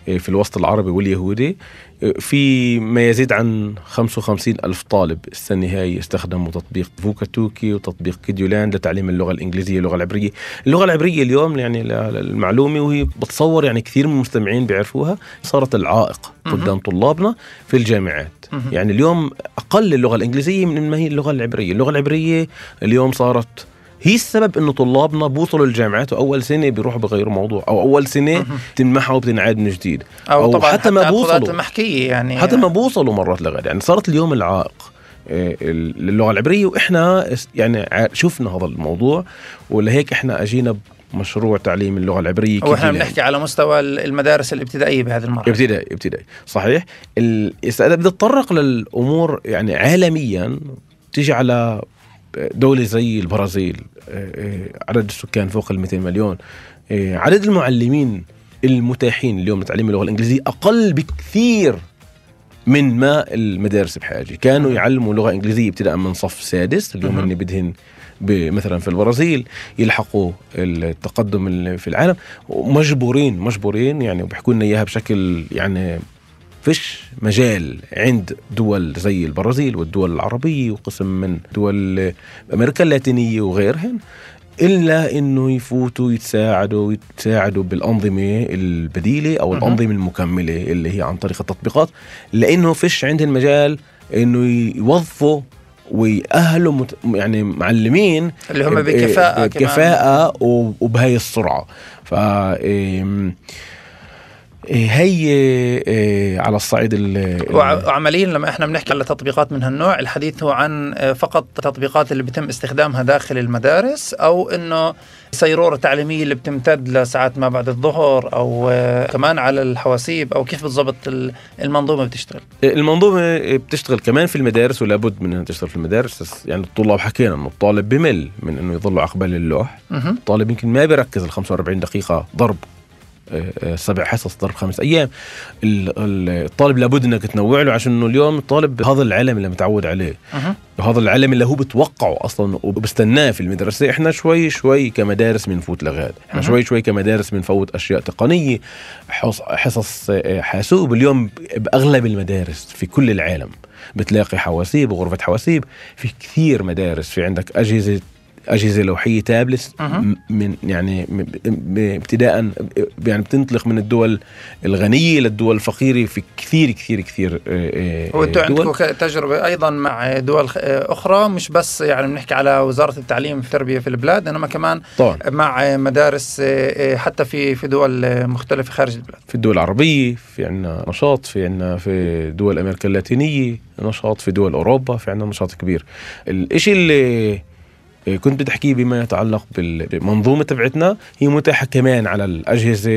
في الوسط العربي واليهودي. في ما يزيد عن خمسة وخمسين ألف طالب السنة هاي يستخدموا تطبيق فوكاتوكي وتطبيق كيديولاند لتعليم اللغة الإنجليزية واللغة العبرية. اللغة العبرية اليوم يعني المعلومة، وهي بتصور يعني كثير من المستمعين بيعرفوها، صارت العائق قدام طلابنا في الجامعات. يعني اليوم أقل اللغة الإنجليزية من ما هي اللغة العبرية. اللغة العبرية اليوم صارت هي السبب إنه طلابنا بوصلوا للجامعات وأول سنة بيروحوا بغيروا موضوع، أو أول سنة تنمحوا وبتنعاد من جديد، أو, أو طبعا حتى ما بوصلوا المحكية يعني حتى ما بوصلوا مرات لغير. يعني صارت اليوم العائق اللغة العبرية، وإحنا يعني شفنا هذا الموضوع، ولهيك إحنا أجينا بمشروع تعليم اللغة العبرية. وإحنا بنحكي على مستوى المدارس الابتدائية بهذه المرحلة. ابتدائي ابتدائي صحيح. إذا بدي أتطرق للأمور يعني عالميا، تيجي على دولة زي البرازيل، عدد السكان فوق المئتين مليون، عدد المعلمين المتاحين اليوم لتعليم اللغة الإنجليزية أقل بكثير من ما المدارس بحاجة. كانوا يعلموا لغة إنجليزية ابتداء من صف سادس، اليوم إني بدهن مثلا في البرازيل يلحقوا التقدم في العالم، مجبورين مجبورين يعني، وبيحكوا لنا إياها بشكل يعني فيش مجال عند دول زي البرازيل والدول العربية وقسم من دول أمريكا اللاتينية وغيرهن، إلا إنه يفوتوا يتساعدوا يتساعدوا بالأنظمة البديلة أو الأنظمة المكملة اللي هي عن طريق التطبيقات، لأنه فيش عندهم مجال إنه يوظفوا ويأهلوا مت... يعني معلمين اللي هم بكفاءة بكفاءة وبهاي السرعة. ف هي على الصعيد وعمليا لما احنا بنحكي على تطبيقات من هالنوع، الحديث هو عن فقط تطبيقات اللي بيتم استخدامها داخل المدارس، او انه سيرورة تعليمية اللي بتمتد لساعات ما بعد الظهر، او كمان على الحواسيب، او كيف بالضبط المنظومة بتشتغل؟ المنظومة بتشتغل كمان في المدارس، ولا بد من انها تشتغل في المدارس. يعني الطلاب حكينا انه الطالب بمل من انه يظلوا عقبال اللوح. الطالب يمكن ما بيركز ال خمسة وأربعين دقيقة ضرب سبع حصص ضرب خمس أيام. الطالب لابد أنك تنوع له، عشان أنه اليوم الطالب هذا العلم اللي متعود عليه، وهذا العلم اللي هو بتوقعه أصلا وبستناه في المدرسة. إحنا شوي شوي كمدارس منفوت لغاد، إحنا شوي شوي كمدارس منفوت أشياء تقنية، حصص حاسوب. اليوم بأغلب المدارس في كل العالم بتلاقي حواسيب وغرفة حواسيب في كثير مدارس. في عندك أجهزة أجهزة لوحية تابلت من يعني ابتداء يعني بتنطلق من الدول الغنية للدول الفقيرة في كثير كثير كثير. وانتوا عندكم تجربة أيضا مع دول أخرى، مش بس يعني بنحكي على وزارة التعليم في التربية في البلاد، إنما كمان طبعا مع مدارس حتى في في دول مختلفة خارج البلاد. في الدول العربية في عنا نشاط، في عنا في دول أمريكا اللاتينية نشاط، في دول أوروبا في عنا نشاط كبير. الإشي اللي كنت بدي أحكي بما يتعلق بالمنظومة تبعتنا، هي متاحة كمان على الأجهزة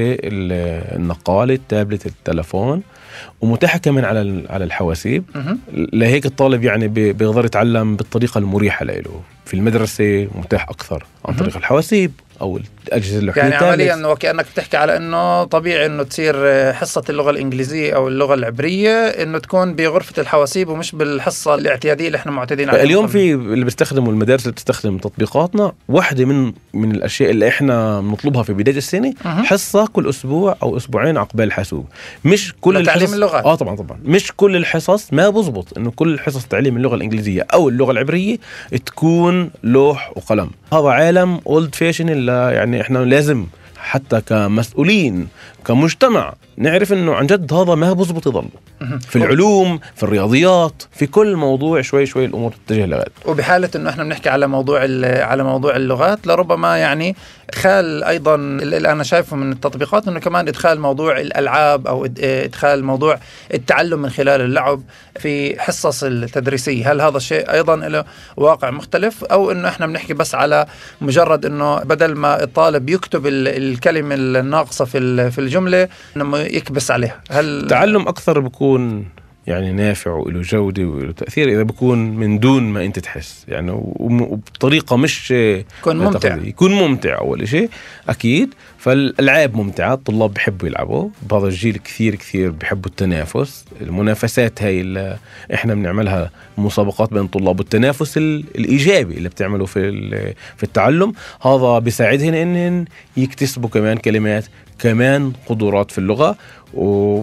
النقالة، التابلت، التلفون، ومتاحة كمان على على الحواسيب. لهيك الطالب يعني بيقدر يتعلم بالطريقة المريحة له. في المدرسة متاح أكثر عن طريق الحواسيب أو الأجهزة اللوحية. يعني عمليا وكأنك بتحكي على إنه طبيعي إنه تصير حصة اللغة الإنجليزية أو اللغة العبرية إنه تكون بغرفة الحواسيب ومش بالحصة الاعتيادية اللي إحنا معتادين عليها. اليوم في اللي بيستخدموا المدارس اللي بتستخدم تطبيقاتنا، واحدة من من الأشياء اللي إحنا بنطلبها في بداية السنة أه. حصة كل أسبوع أو أسبوعين عقبال الحاسوب. مش كل تعليم اللغات. آه طبعا طبعا مش كل الحصص، ما بزبط إنه كل الحصص تعليم اللغة الإنجليزية أو اللغة العبرية تكون لوح وقلم. هذا عالم أولد فاشن اللي يعني إحنا لازم حتى كمسؤولين كمجتمع نعرف إنه عن جد هذا ما بزبط يضل. في العلوم، في الرياضيات، في كل موضوع شوي شوي الأمور تتجه لغاية. وبحالة إنه إحنا بنحكي على موضوع على موضوع اللغات، لربما يعني إدخال أيضا اللي أنا شايفه من التطبيقات إنه كمان إدخال موضوع الألعاب أو إدخال موضوع التعلم من خلال اللعب في حصص التدريسية. هل هذا الشيء أيضا له واقع مختلف، أو إنه إحنا بنحكي بس على مجرد إنه بدل ما الطالب يكتب الكلمة الناقصة في في الجملة إنه يكبس عليها؟ هل التعلم أكثر بيكون يعني نافع وله جودة وله تأثير إذا بيكون من دون ما أنت تحس، يعني وبطريقة مش يكون ممتع. يكون ممتع أول شيء أكيد. فالألعاب ممتعة، الطلاب بيحبوا يلعبوا، بهذا الجيل كثير كثير بيحبوا التنافس. المنافسات هاي اللي إحنا بنعملها مسابقات بين الطلاب، والتنافس الإيجابي اللي بتعمله في في التعلم، هذا بيساعدهم إنهم يكتسبوا كمان كلمات كمان قدرات في اللغة و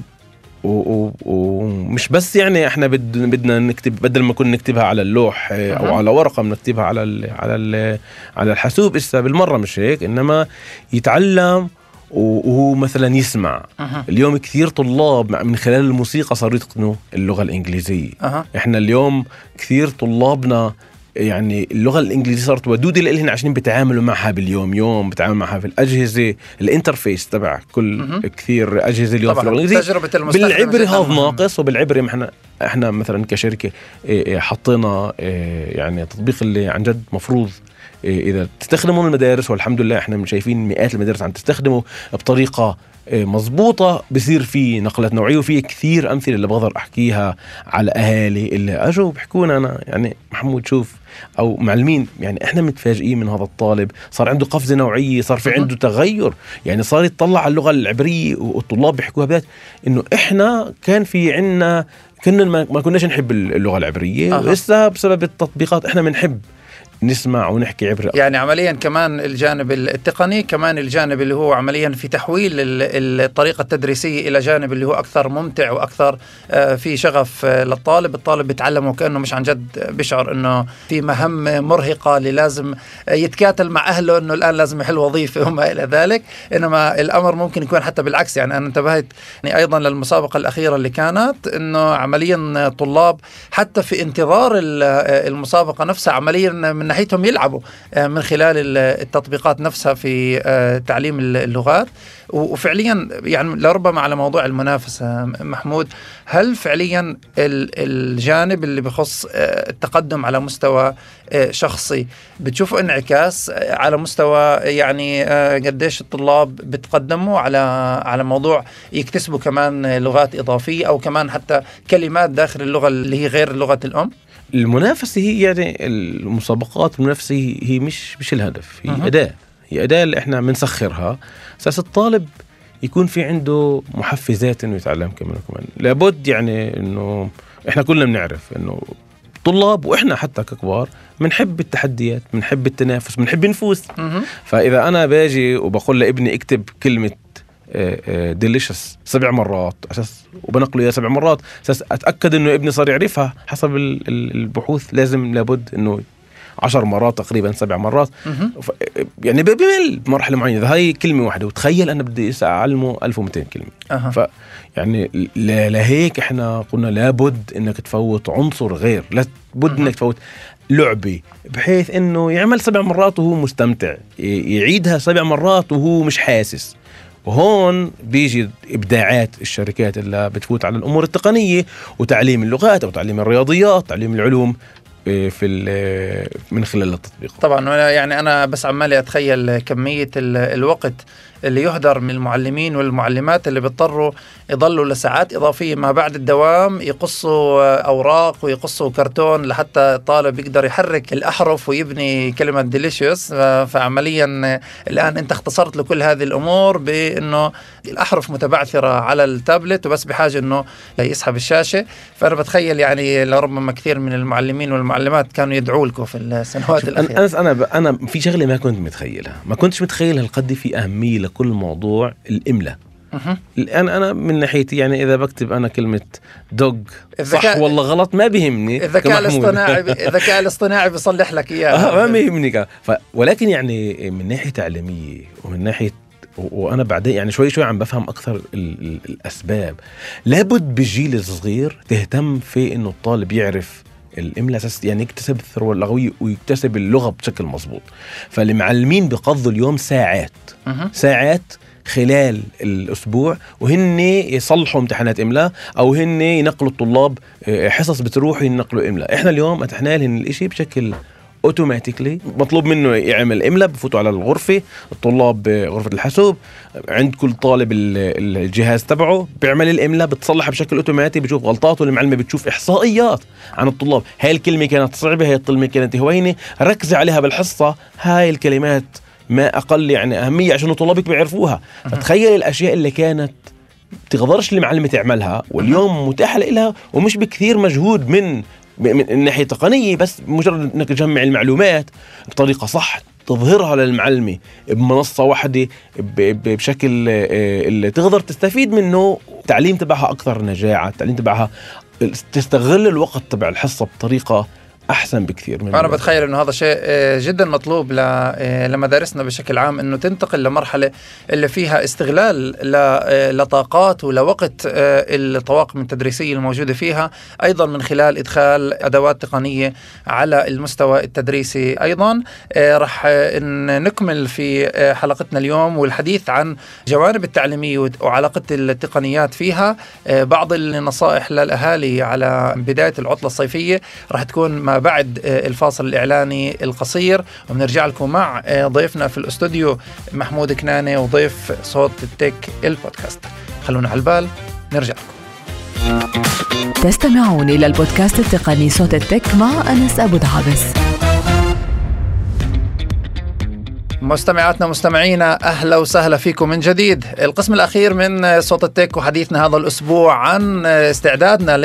ومش بس يعني احنا بدنا بدنا نكتب، بدل ما كنا نكتبها على اللوح او على ورقه بنكتبها على ال على ال على الحاسوب، اسا بالمره مش هيك، انما يتعلم وهو مثلا يسمع. أه. اليوم كثير طلاب من خلال الموسيقى صاروا يتقنوا اللغه الانجليزيه. أه. احنا اليوم كثير طلابنا يعني اللغة الإنجليزية صارت ودودة لإلهن عشان بيتعاملوا معها باليوم يوم، بيتعاملوا معها في الأجهزة، الانترفيس تبع كل م- كثير أجهزة اليوم في اللغة الإنجليزية. بالعبري هذا ناقص، وبالعبري ما احنا احنا مثلا كشركة حطينا يعني تطبيق اللي عن جد مفروض إذا تستخدموا المدارس، والحمد لله احنا شايفين مئات المدارس عم تستخدمه بطريقة مضبوطة، بصير في نقلات نوعية. وفي كثير أمثلة اللي بقدر أحكيها على أهالي اللي أجوا بحكونا أنا يعني محمود شوف، أو معلمين يعني إحنا متفاجئين من هذا الطالب، صار عنده قفزة نوعية، صار في عنده تغير، يعني صار يتطلع على اللغة العبرية والطلاب بيحكوها بذات إنه إحنا كان في عنا كنا ما كناش نحب اللغة العبرية، وإسا بسبب التطبيقات إحنا بنحب نسمع ونحكي عبري. يعني عمليا كمان الجانب التقني، كمان الجانب اللي هو عمليا في تحويل الطريقة التدريسية إلى جانب اللي هو أكثر ممتع وأكثر في شغف للطالب. الطالب بيتعلم وكأنه مش عن جد بيشعر إنه في مهام مرهقة اللي لازم يتكاتل مع أهله إنه الآن لازم يحل وظيفة وما إلى ذلك، إنما الأمر ممكن يكون حتى بالعكس. يعني أنا انتبهت يعني أيضا للمسابقة الأخيرة اللي كانت إنه عمليا طلاب حتى في انتظار المسابقة نفسها عمليا من ناحيتهم يلعبوا من خلال التطبيقات نفسها في تعليم اللغات. وفعليا يعني لربما على موضوع المنافسة محمود، هل فعليا الجانب اللي بخص التقدم على مستوى شخصي بتشوفوا انعكاس على مستوى يعني قديش الطلاب بتقدموا على على موضوع يكتسبوا كمان لغات إضافية أو كمان حتى كلمات داخل اللغة اللي هي غير لغة الأم؟ المنافسة هي يعني المسابقات المنافسة هي مش مش الهدف، هي أه. أداة هي أداة اللي إحنا بنسخرها أساس الطالب يكون في عنده محفزات إنه يتعلم كمان وكمان. لابد يعني إنه إحنا كلنا بنعرف إنه طلاب وإحنا حتى ككبار بنحب التحديات، بنحب التنافس، بنحب نفوز. أه. فإذا أنا باجي وبقول لابني اكتب كلمة ديليشس سبع مرات أساس وبنقله إياه سبع مرات أساس أتأكد إنه ابني صار يعرفها حسب البحوث، لازم لابد إنه عشر مرات تقريبا سبع مرات. يعني بمل بمرحلة معينة. إذا هاي كلمة واحدة وتخيل أنا بدي أعلمه ألف ومئتين كلمة. أه. ف يعني لهيك إحنا قلنا لابد إنك تفوت عنصر غير، لابد إنك تفوت لعبة بحيث إنه يعمل سبع مرات وهو مستمتع، يعيدها سبع مرات وهو مش حاسس. وهون بيجي إبداعات الشركات اللي بتفوت على الأمور التقنية وتعليم اللغات أو تعليم الرياضيات، تعليم العلوم في من خلال التطبيق. طبعا يعني أنا بس عمالي أتخيل كمية الوقت اللي يهدر من المعلمين والمعلمات اللي بيضطروا يضلوا لساعات إضافية ما بعد الدوام يقصوا أوراق ويقصوا كرتون لحتى الطالب يقدر يحرك الأحرف ويبني كلمة ديليشيوس. فعمليا الآن أنت اختصرت لكل هذه الأمور بأنه الأحرف متبعثرة على التابلت وبس بحاجة أنه يسحب الشاشة. فأنا بتخيل يعني لربما كثير من المعلمين والمعلمات كانوا يدعوا لكم في السنوات الأخيرة. أنا أنا أنا في شغلة ما كنت متخيلها، ما كنتش متخيل هالقد في أهمية لكل موضوع الإملاء. الآن أنا من ناحيتي يعني إذا بكتب أنا كلمة دوغ صح والله غلط ما بيهمني، الذكاء الاصطناعي الذكاء الاصطناعي بيصلح لك إياها. آه ما بيهمني. ولكن يعني من ناحية تعليمية ومن ناحية وأنا بعدين يعني شوي شوي عم بفهم أكثر الأسباب. لابد بالجيل الصغير تهتم في إنه الطالب يعرف الإملاء أساس يعني يكتسب الثروة اللغوية ويكتسب اللغة بشكل مظبوط. فالمعلمين بيقضوا اليوم ساعات أه. ساعات خلال الأسبوع وهن يصلحوا امتحانات إملاء أو هن ينقلوا الطلاب حصص بتروح ينقلوا إملاء. إحنا اليوم أتحنا لهم الإشي بشكل اوتوماتيكلي، مطلوب منه يعمل إملاء، بفوتوا على الغرفة، الطلاب غرفة الحاسوب عند كل طالب الجهاز تبعه بيعمل الإملاء، بتصلح بشكل اوتوماتي، بتشوف غلطاته، المعلمة بتشوف إحصائيات عن الطلاب، هاي الكلمة كانت صعبة، هاي الكلمة كانت هوينة، ركزي عليها بالحصة، هاي الكلمات ما أقل يعني أهمية عشان طلابك بيعرفوها. فتخيل الأشياء اللي كانت تقدرش المعلمة تعملها واليوم متاحة لها ومش بكثير مجهود من من الناحية التقنية، بس مجرد أنك تجمع المعلومات بطريقة صح تظهرها للمعلمة بمنصة واحدة بشكل اللي تقدر تستفيد منه، التعليم تبعها أكثر نجاعة، التعليم تبعها تستغل الوقت تبع الحصة بطريقة أحسن بكثير. من أنا بتخيل إنه هذا شيء جدا مطلوب لمدارسنا بشكل عام، إنه تنتقل لمرحلة اللي فيها استغلال لطاقات ولوقت الطواقم التدريسية الموجودة فيها، أيضا من خلال إدخال أدوات تقنية على المستوى التدريسي. أيضا رح نكمل في حلقتنا اليوم والحديث عن جوانب التعليمية وعلاقة التقنيات فيها، بعض النصائح للأهالي على بداية العطلة الصيفية رح تكون ما بعد الفاصل الإعلاني القصير، وبنرجع لكم مع ضيفنا في الاستوديو محمود كنانة وضيف صوت التك البودكاست. خلونا على البال، نرجع لكم. تستمعون إلى البودكاست التقني صوت التك مع أنس أبو دعابس. مستمعاتنا مستمعينا، أهلا وسهلا فيكم من جديد. القسم الأخير من صوت التك وحديثنا هذا الأسبوع عن استعدادنا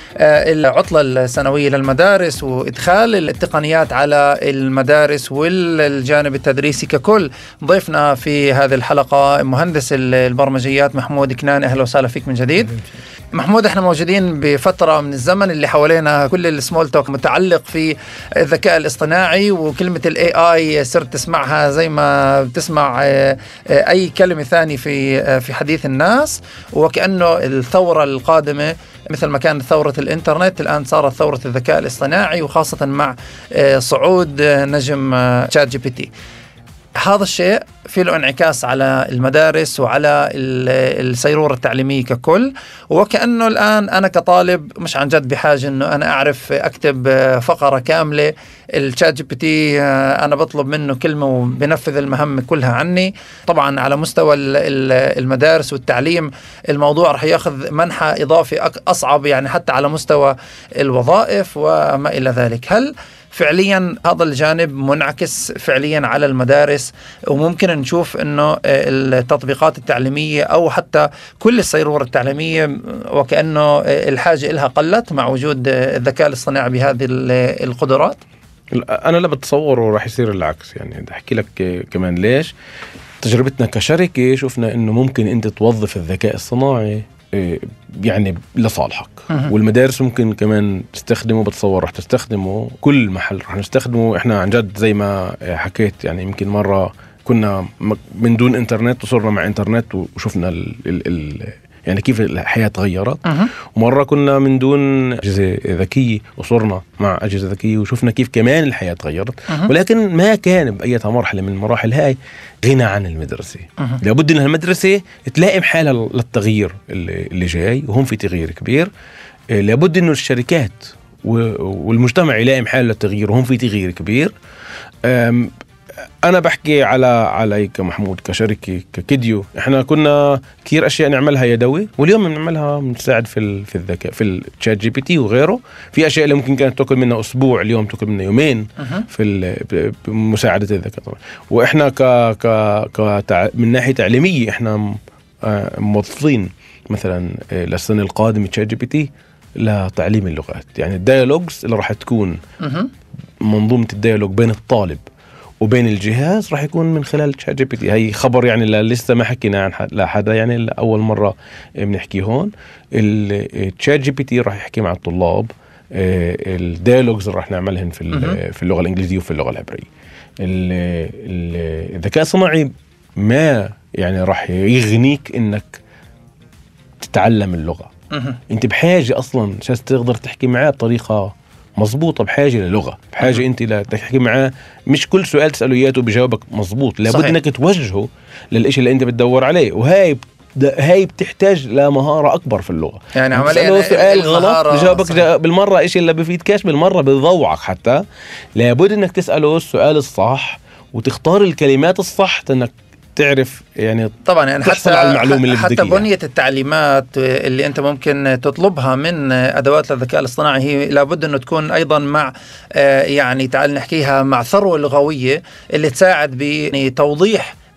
للعطلة السنوية للمدارس وإدخال التقنيات على المدارس والجانب التدريسي ككل. ضيفنا في هذه الحلقة مهندس البرمجيات محمود كنانة. أهلا وسهلا فيك من جديد. محمود، احنا موجودين بفترة من الزمن اللي حوالينا كل السمول توك متعلق في الذكاء الاصطناعي، وكلمة الاي اي صرت تسمعها زي ما بتسمع اي كلمة ثانية في في حديث الناس، وكأنه الثورة القادمة مثل ما كانت ثورة الانترنت الآن صارت ثورة الذكاء الاصطناعي، وخاصة مع صعود نجم شات جي بي تي. هذا الشيء في له انعكاس على المدارس وعلى السيرورة التعليمية ككل، وكأنه الآن أنا كطالب مش عن جد بحاجة أنه أنا أعرف أكتب فقرة كاملة. الشات جي بي تي أنا بطلب منه كلمة وبنفذ المهمة كلها عني. طبعا على مستوى المدارس والتعليم الموضوع رح يأخذ منحى إضافي أصعب، يعني حتى على مستوى الوظائف وما إلى ذلك. هل فعليا هذا الجانب منعكس فعليا على المدارس، وممكن نشوف انه التطبيقات التعليمية او حتى كل السيرورة التعليمية وكأنه الحاجة لها قلت مع وجود الذكاء الاصطناعي بهذه القدرات؟ انا لا بتصوره راح يصير العكس. يعني بدي احكي لك كمان ليش. تجربتنا كشركة شفنا انه ممكن انت توظف الذكاء الصناعي يعني لصالحك، والمدارس ممكن كمان تستخدمه. بتصور رح تستخدمه كل محل، رح نستخدمه احنا عن جد زي ما حكيت. يعني يمكن مرة كنا من دون انترنت وصرنا مع انترنت وشفنا ال ال ال يعني كيف الحياة تغيرت. ومرة كنا من دون أجهزة ذكية وصرنا مع أجهزة ذكية وشفنا كيف كمان الحياة تغيرت. ولكن ما كان بأي مرحلة من المراحل هاي غنى عن المدرسة. لابد أن المدرسة تلاقي بحالها للتغيير اللي, اللي جاي، وهم في تغيير كبير. لابد أنه الشركات والمجتمع يلاقي بحاله للتغيير، وهم في تغيير كبير. أنا بحكي على علي كمحمود كشركة ككيديو، إحنا كنا كثير أشياء نعملها يدوي، واليوم بنعملها بنساعد في في الذكاء في الشات جي بي تي وغيره. في أشياء اللي ممكن كانت تأكل منا أسبوع اليوم تأكل منا يومين في مساعدة الذكاء طبعا. وإحنا ك ك من ناحية تعليمية إحنا موظفين مثلا للسنة القادمة شات جي بي تي لتعليم اللغات. يعني الديالوجز اللي راح تكون منظومة الديالوج بين الطالب وبين الجهاز راح يكون من خلال شات جي بي تي. هي خبر يعني لسه ما حكينا عن لحدا، يعني أول مرة بنحكي هون. الشات جي بي تي راح يحكي مع الطلاب. الديالوجز اللي راح نعملهن في في اللغة الإنجليزية وفي اللغة العبرية. الذكاء الصناعي ما يعني راح يغنيك إنك تتعلم اللغة. أنت بحاجة أصلاً عشان تقدر تحكي معاه بطريقة مظبوطة، بحاجة للغة، بحاجة أنت لا تحكي معاه مش كل سؤال تسأله إياه بجاوبك مظبوط. لابد صحيح. إنك توجهه للإشي اللي أنت بتدور عليه، وهي هاي بتحتاج لمهارة أكبر في اللغة. يعني عمليا سؤال غلط بجاوبك بالمرة إشي اللي بفيدكاش بالمرة بضوعك. حتى لابد إنك تسأله السؤال الصح وتختار الكلمات الصح إنك تعرف يعني طبعا يعني حتى على المعلومة اللي حتى بنية التعليمات اللي أنت ممكن تطلبها من أدوات الذكاء الاصطناعي هي لابد أنه تكون أيضا مع يعني تعال نحكيها مع ثروة لغوية اللي تساعد بتوضيح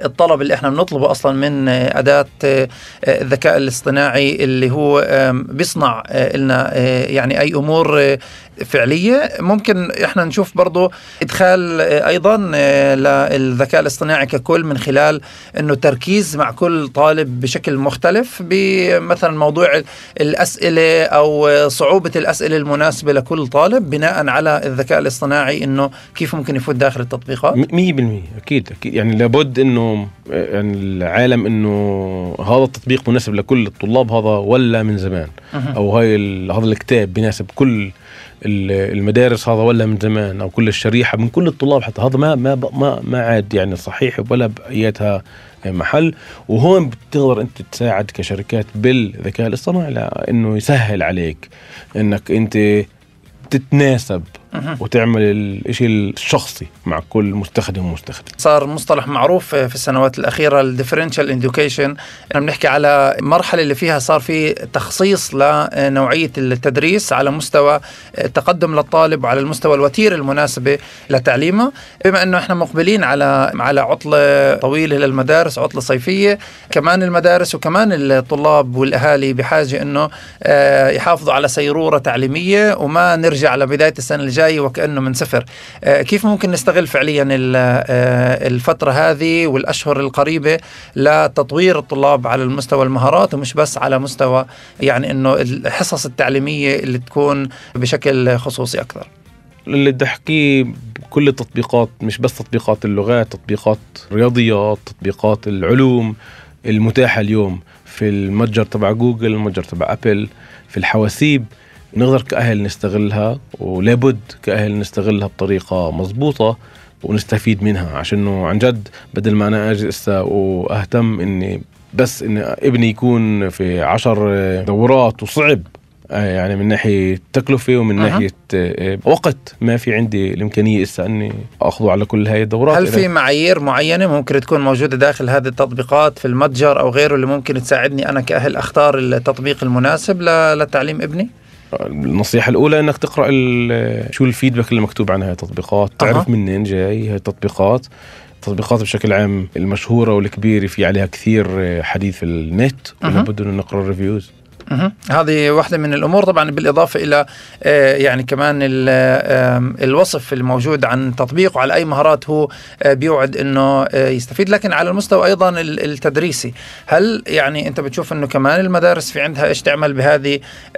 الطلب اللي احنا بنطلبه اصلا من اداه الذكاء الاصطناعي اللي هو بيصنع لنا يعني اي امور فعلية. ممكن احنا نشوف برضو ادخال ايضا للذكاء الاصطناعي ككل من خلال انه تركيز مع كل طالب بشكل مختلف، بمثلا موضوع الاسئلة او صعوبة الاسئلة المناسبة لكل طالب بناء على الذكاء الاصطناعي، انه كيف ممكن يفوت داخل التطبيقات. مية بالمية اكيد اكيد يعني لابد انه يعني العالم انه هذا التطبيق مناسب لكل الطلاب، هذا ولا من زمان، او هاي هذا الكتاب بيناسب كل المدارس، هذا ولا من زمان، او كل الشريحه من كل الطلاب، حتى هذا ما ما ما ما عاد يعني صحيح ولا باياتها محل. وهون بتقدر انت تساعد كشركات بالذكاء الاصطناعي لانه يسهل عليك انك انت تتناسب وتعمل الاشي الشخصي مع كل مستخدم ومستخدم. صار مصطلح معروف في السنوات الأخيرة الديفرنشال إندوكيشن، بنحكي على مرحلة اللي فيها صار في تخصيص لنوعية التدريس على مستوى التقدم للطالب وعلى المستوى الوتيرة المناسبة لتعليمه. بما أنه إحنا مقبلين على على عطلة طويلة للمدارس، عطلة صيفية، كمان المدارس وكمان الطلاب والأهالي بحاجة أنه يحافظوا على سيرورة تعليمية وما نرجع لبداية السنة الجاية وكأنه من صفر. كيف ممكن نستغل فعليا الفترة هذه والأشهر القريبة لتطوير الطلاب على المستوى المهارات، ومش بس على مستوى يعني أنه الحصص التعليمية اللي تكون بشكل خصوصي أكثر؟ اللي بدي أحكيه كل التطبيقات، مش بس تطبيقات اللغات، تطبيقات رياضيات، تطبيقات العلوم المتاحة اليوم في المتجر تبع جوجل، المتجر تبع أبل، في الحواسيب، نقدر كأهل نستغلها، ولابد كأهل نستغلها بطريقة مضبوطة ونستفيد منها، عشانه عن جد بدل ما أنا أجي إسا وأهتم إني بس إن ابني يكون في عشر دورات وصعب يعني من ناحية تكلفة ومن أه. ناحية وقت، ما في عندي الإمكانية إسا أني أخذه على كل هاي الدورات. هل في معايير معينة ممكن تكون موجودة داخل هذه التطبيقات في المتجر أو غيره اللي ممكن تساعدني أنا كأهل أختار التطبيق المناسب لتعليم ابني؟ النصيحة الأولى أنك تقرأ شو الفيدباك اللي مكتوب عنها هاي التطبيقات، تعرف أه. منين جاي هاي التطبيقات. التطبيقات بشكل عام المشهورة والكبيرة في عليها كثير حديث في النت، ولابد أن نقرأ الريفيوز. هذه واحدة من الأمور، طبعا بالإضافة إلى يعني كمان الوصف الموجود عن تطبيقه على أي مهارات هو بيوعد أنه يستفيد. لكن على المستوى أيضا التدريسي، هل يعني أنت بتشوف أنه كمان المدارس في عندها إيش تعمل بهذه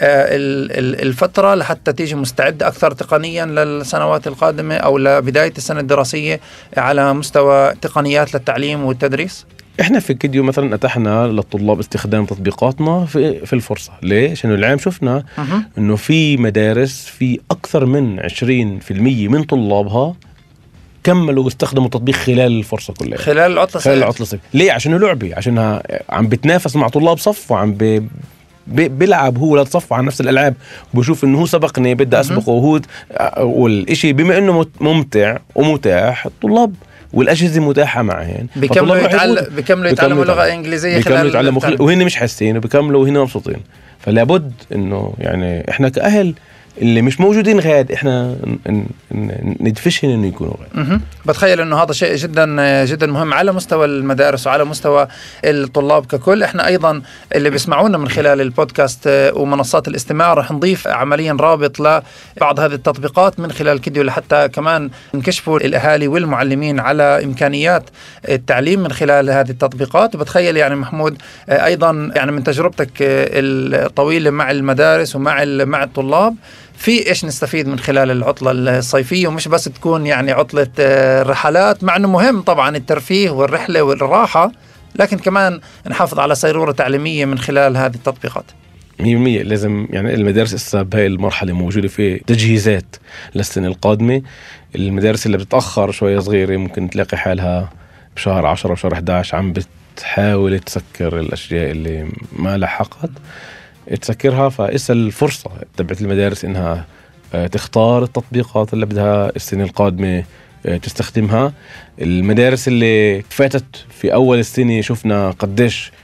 الفترة لحتى تيجي مستعدة أكثر تقنيا للسنوات القادمة أو لبداية السنة الدراسية على مستوى تقنيات للتعليم والتدريس؟ احنا في كيديو مثلا اتحنا للطلاب استخدام تطبيقاتنا في في الفرصه. ليه؟ عشان العام شفنا أه. انه في مدارس في اكثر من عشرين بالمية من طلابها كملوا واستخدموا التطبيق خلال الفرصه كلها، خلال العطله خلال العطله الصيفيه. ليه؟ عشان لعبه، عشانها عم بتنافس مع طلاب صف، وعم ب بيلعب هو لا تصفوا عن نفس الالعاب، وبشوف انه هو سبقني بدي اسبقه، وهو والشيء بما انه ممتع ومتاح الطلاب والأجهزة متاحة معهن، بيكملوا يتعلم بيكملوا يتعلموا لغة إنجليزية خلال يتعلموا خل... وهن مش حاسين وبيكملوا وهن مبسوطين. فلابد إنه يعني إحنا كأهل اللي مش موجودين غاد إحنا ندفشهم إنه يكونوا غاد. بتخيل إنه هذا شيء جدا جدا مهم على مستوى المدارس وعلى مستوى الطلاب ككل. إحنا أيضا اللي بيسمعونا من خلال البودكاست ومنصات الاستماع رح نضيف عمليا رابط لبعض هذه التطبيقات من خلال كيديو، لحتى كمان نكشفوا الأهالي والمعلمين على إمكانيات التعليم من خلال هذه التطبيقات. وبتخيل يعني محمود أيضا يعني من تجربتك الطويلة مع المدارس ومع مع الطلاب، في إيش نستفيد من خلال العطلة الصيفية، ومش بس تكون يعني عطلة رحلات، مع أنه مهم طبعا الترفيه والرحلة والراحة، لكن كمان نحافظ على سيرورة تعليمية من خلال هذه التطبيقات. مية بالمية لازم يعني المدارس إسا بهاي المرحلة موجودة في تجهيزات للسنة القادمة. المدارس اللي بتأخر شوية صغيرة ممكن تلاقي حالها بشهر عشرة وشهر إحدى عشر عم بتحاول تسكر الأشياء اللي ما لحقت تسكرها. فإسا الفرصة تبعت المدارس إنها تختار التطبيقات اللي بدها السنة القادمة تستخدمها. المدارس اللي فاتت في أول السنة شفنا قديش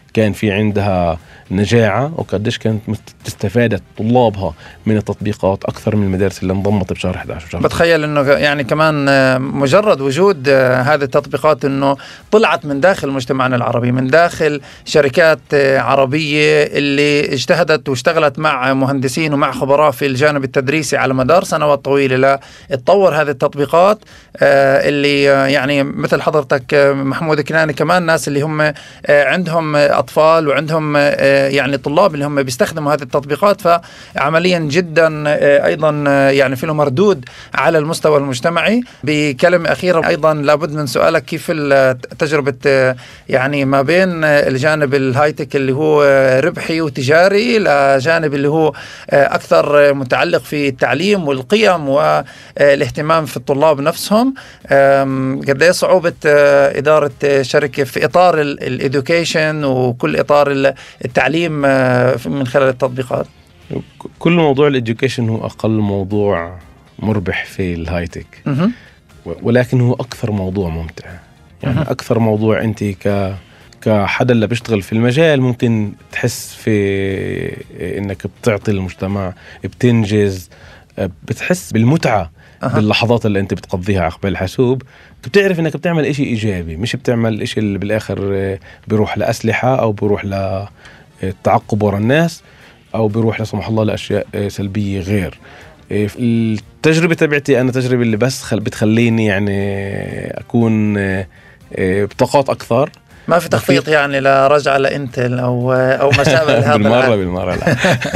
كان في عندها نجاعة وقديش كانت استفادت طلابها من التطبيقات أكثر من المدارس اللي انضمت بشهر إحدى عشر. بتخيل إنه يعني كمان مجرد وجود هذه التطبيقات إنه طلعت من داخل مجتمعنا العربي، من داخل شركات عربية اللي اجتهدت واشتغلت مع مهندسين ومع خبراء في الجانب التدريسي على مدار سنوات طويلة لتطور هذه التطبيقات اللي يعني مثل حضرتك محمود كناني، كمان ناس اللي هم عندهم أطفال وعندهم يعني طلاب اللي هم بيستخدموا هذه التطبيقات، فعمليا جدا أيضا يعني في له مردود على المستوى المجتمعي. بكلمة أخيرة أيضا لابد من سؤالك، كيف التجربة يعني ما بين الجانب الهايتك اللي هو ربحي وتجاري لجانب اللي هو أكثر متعلق في التعليم والقيم والاهتمام في الطلاب نفسهم، قد ايه صعوبة إدارة شركة في إطار الإدوكيشن وكل إطار التعليم من خلال التطبيقات؟ كل موضوع الإدوكيشن هو أقل موضوع مربح في الهايتك، ولكن هو أكثر موضوع ممتع. يعني أكثر موضوع أنت ك كحدا اللي بيشتغل في المجال ممكن تحس في إنك بتعطي المجتمع، بتنجز، بتحس بالمتعة أه. باللحظات اللي أنت بتقضيها عقبال الحاسوب، بتعرف إنك بتعمل إشي إيجابي، مش بتعمل إشي اللي بالآخر بيروح لأسلحة أو بيروح للتعقب ورا الناس أو بيروح لا سمح الله لأشياء سلبية غير. التجربة تبعتي أنا تجربة اللي بس خل بتخليني يعني أكون بطاقات أكثر. ما في تخطيط يعني لرجعة لإنتل أو أو ما شابه هذا بالمرة بالمرة لا.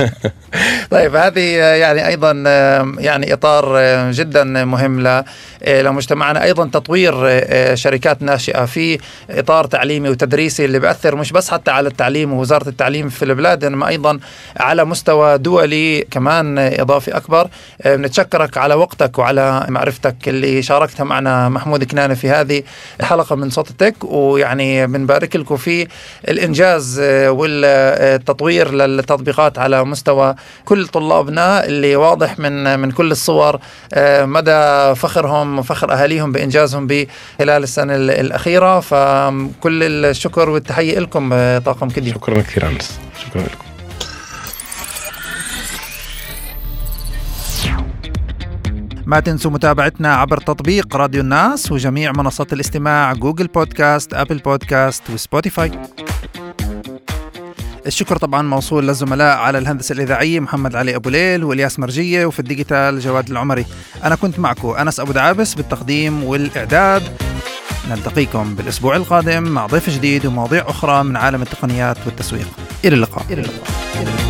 طيب هذه يعني أيضا يعني إطار جدا مهم لمجتمعنا، أيضا تطوير شركات ناشئة في إطار تعليمي وتدريسي اللي بيأثر مش بس حتى على التعليم ووزارة التعليم في البلاد، إنما أيضا على مستوى دولي كمان إضافي أكبر. بنتشكرك على وقتك وعلى معرفتك اللي شاركتها معنا محمود كناني في هذه الحلقة من صوت التك، ويعني بنبارك لكم في الإنجاز والتطوير للتطبيقات على مستوى كل طلابنا اللي واضح من من كل الصور مدى فخرهم وفخر أهاليهم بإنجازهم خلال السنة الأخيرة. فكل الشكر والتحية لكم طاقم كديو. شكرا كثير أنس، شكرا لكم. ما تنسوا متابعتنا عبر تطبيق راديو الناس وجميع منصات الاستماع جوجل بودكاست، أبل بودكاست وسبوتيفاي. الشكر طبعا موصول للزملاء على الهندسة الإذاعية محمد علي أبو ليل والياس مرجية، وفي الديجيتال جواد العمري. أنا كنت معكم أنس أبو دعابس بالتقديم والإعداد. نلتقيكم بالأسبوع القادم مع ضيف جديد ومواضيع أخرى من عالم التقنيات والتسويق. إلى اللقاء. إلى اللقاء.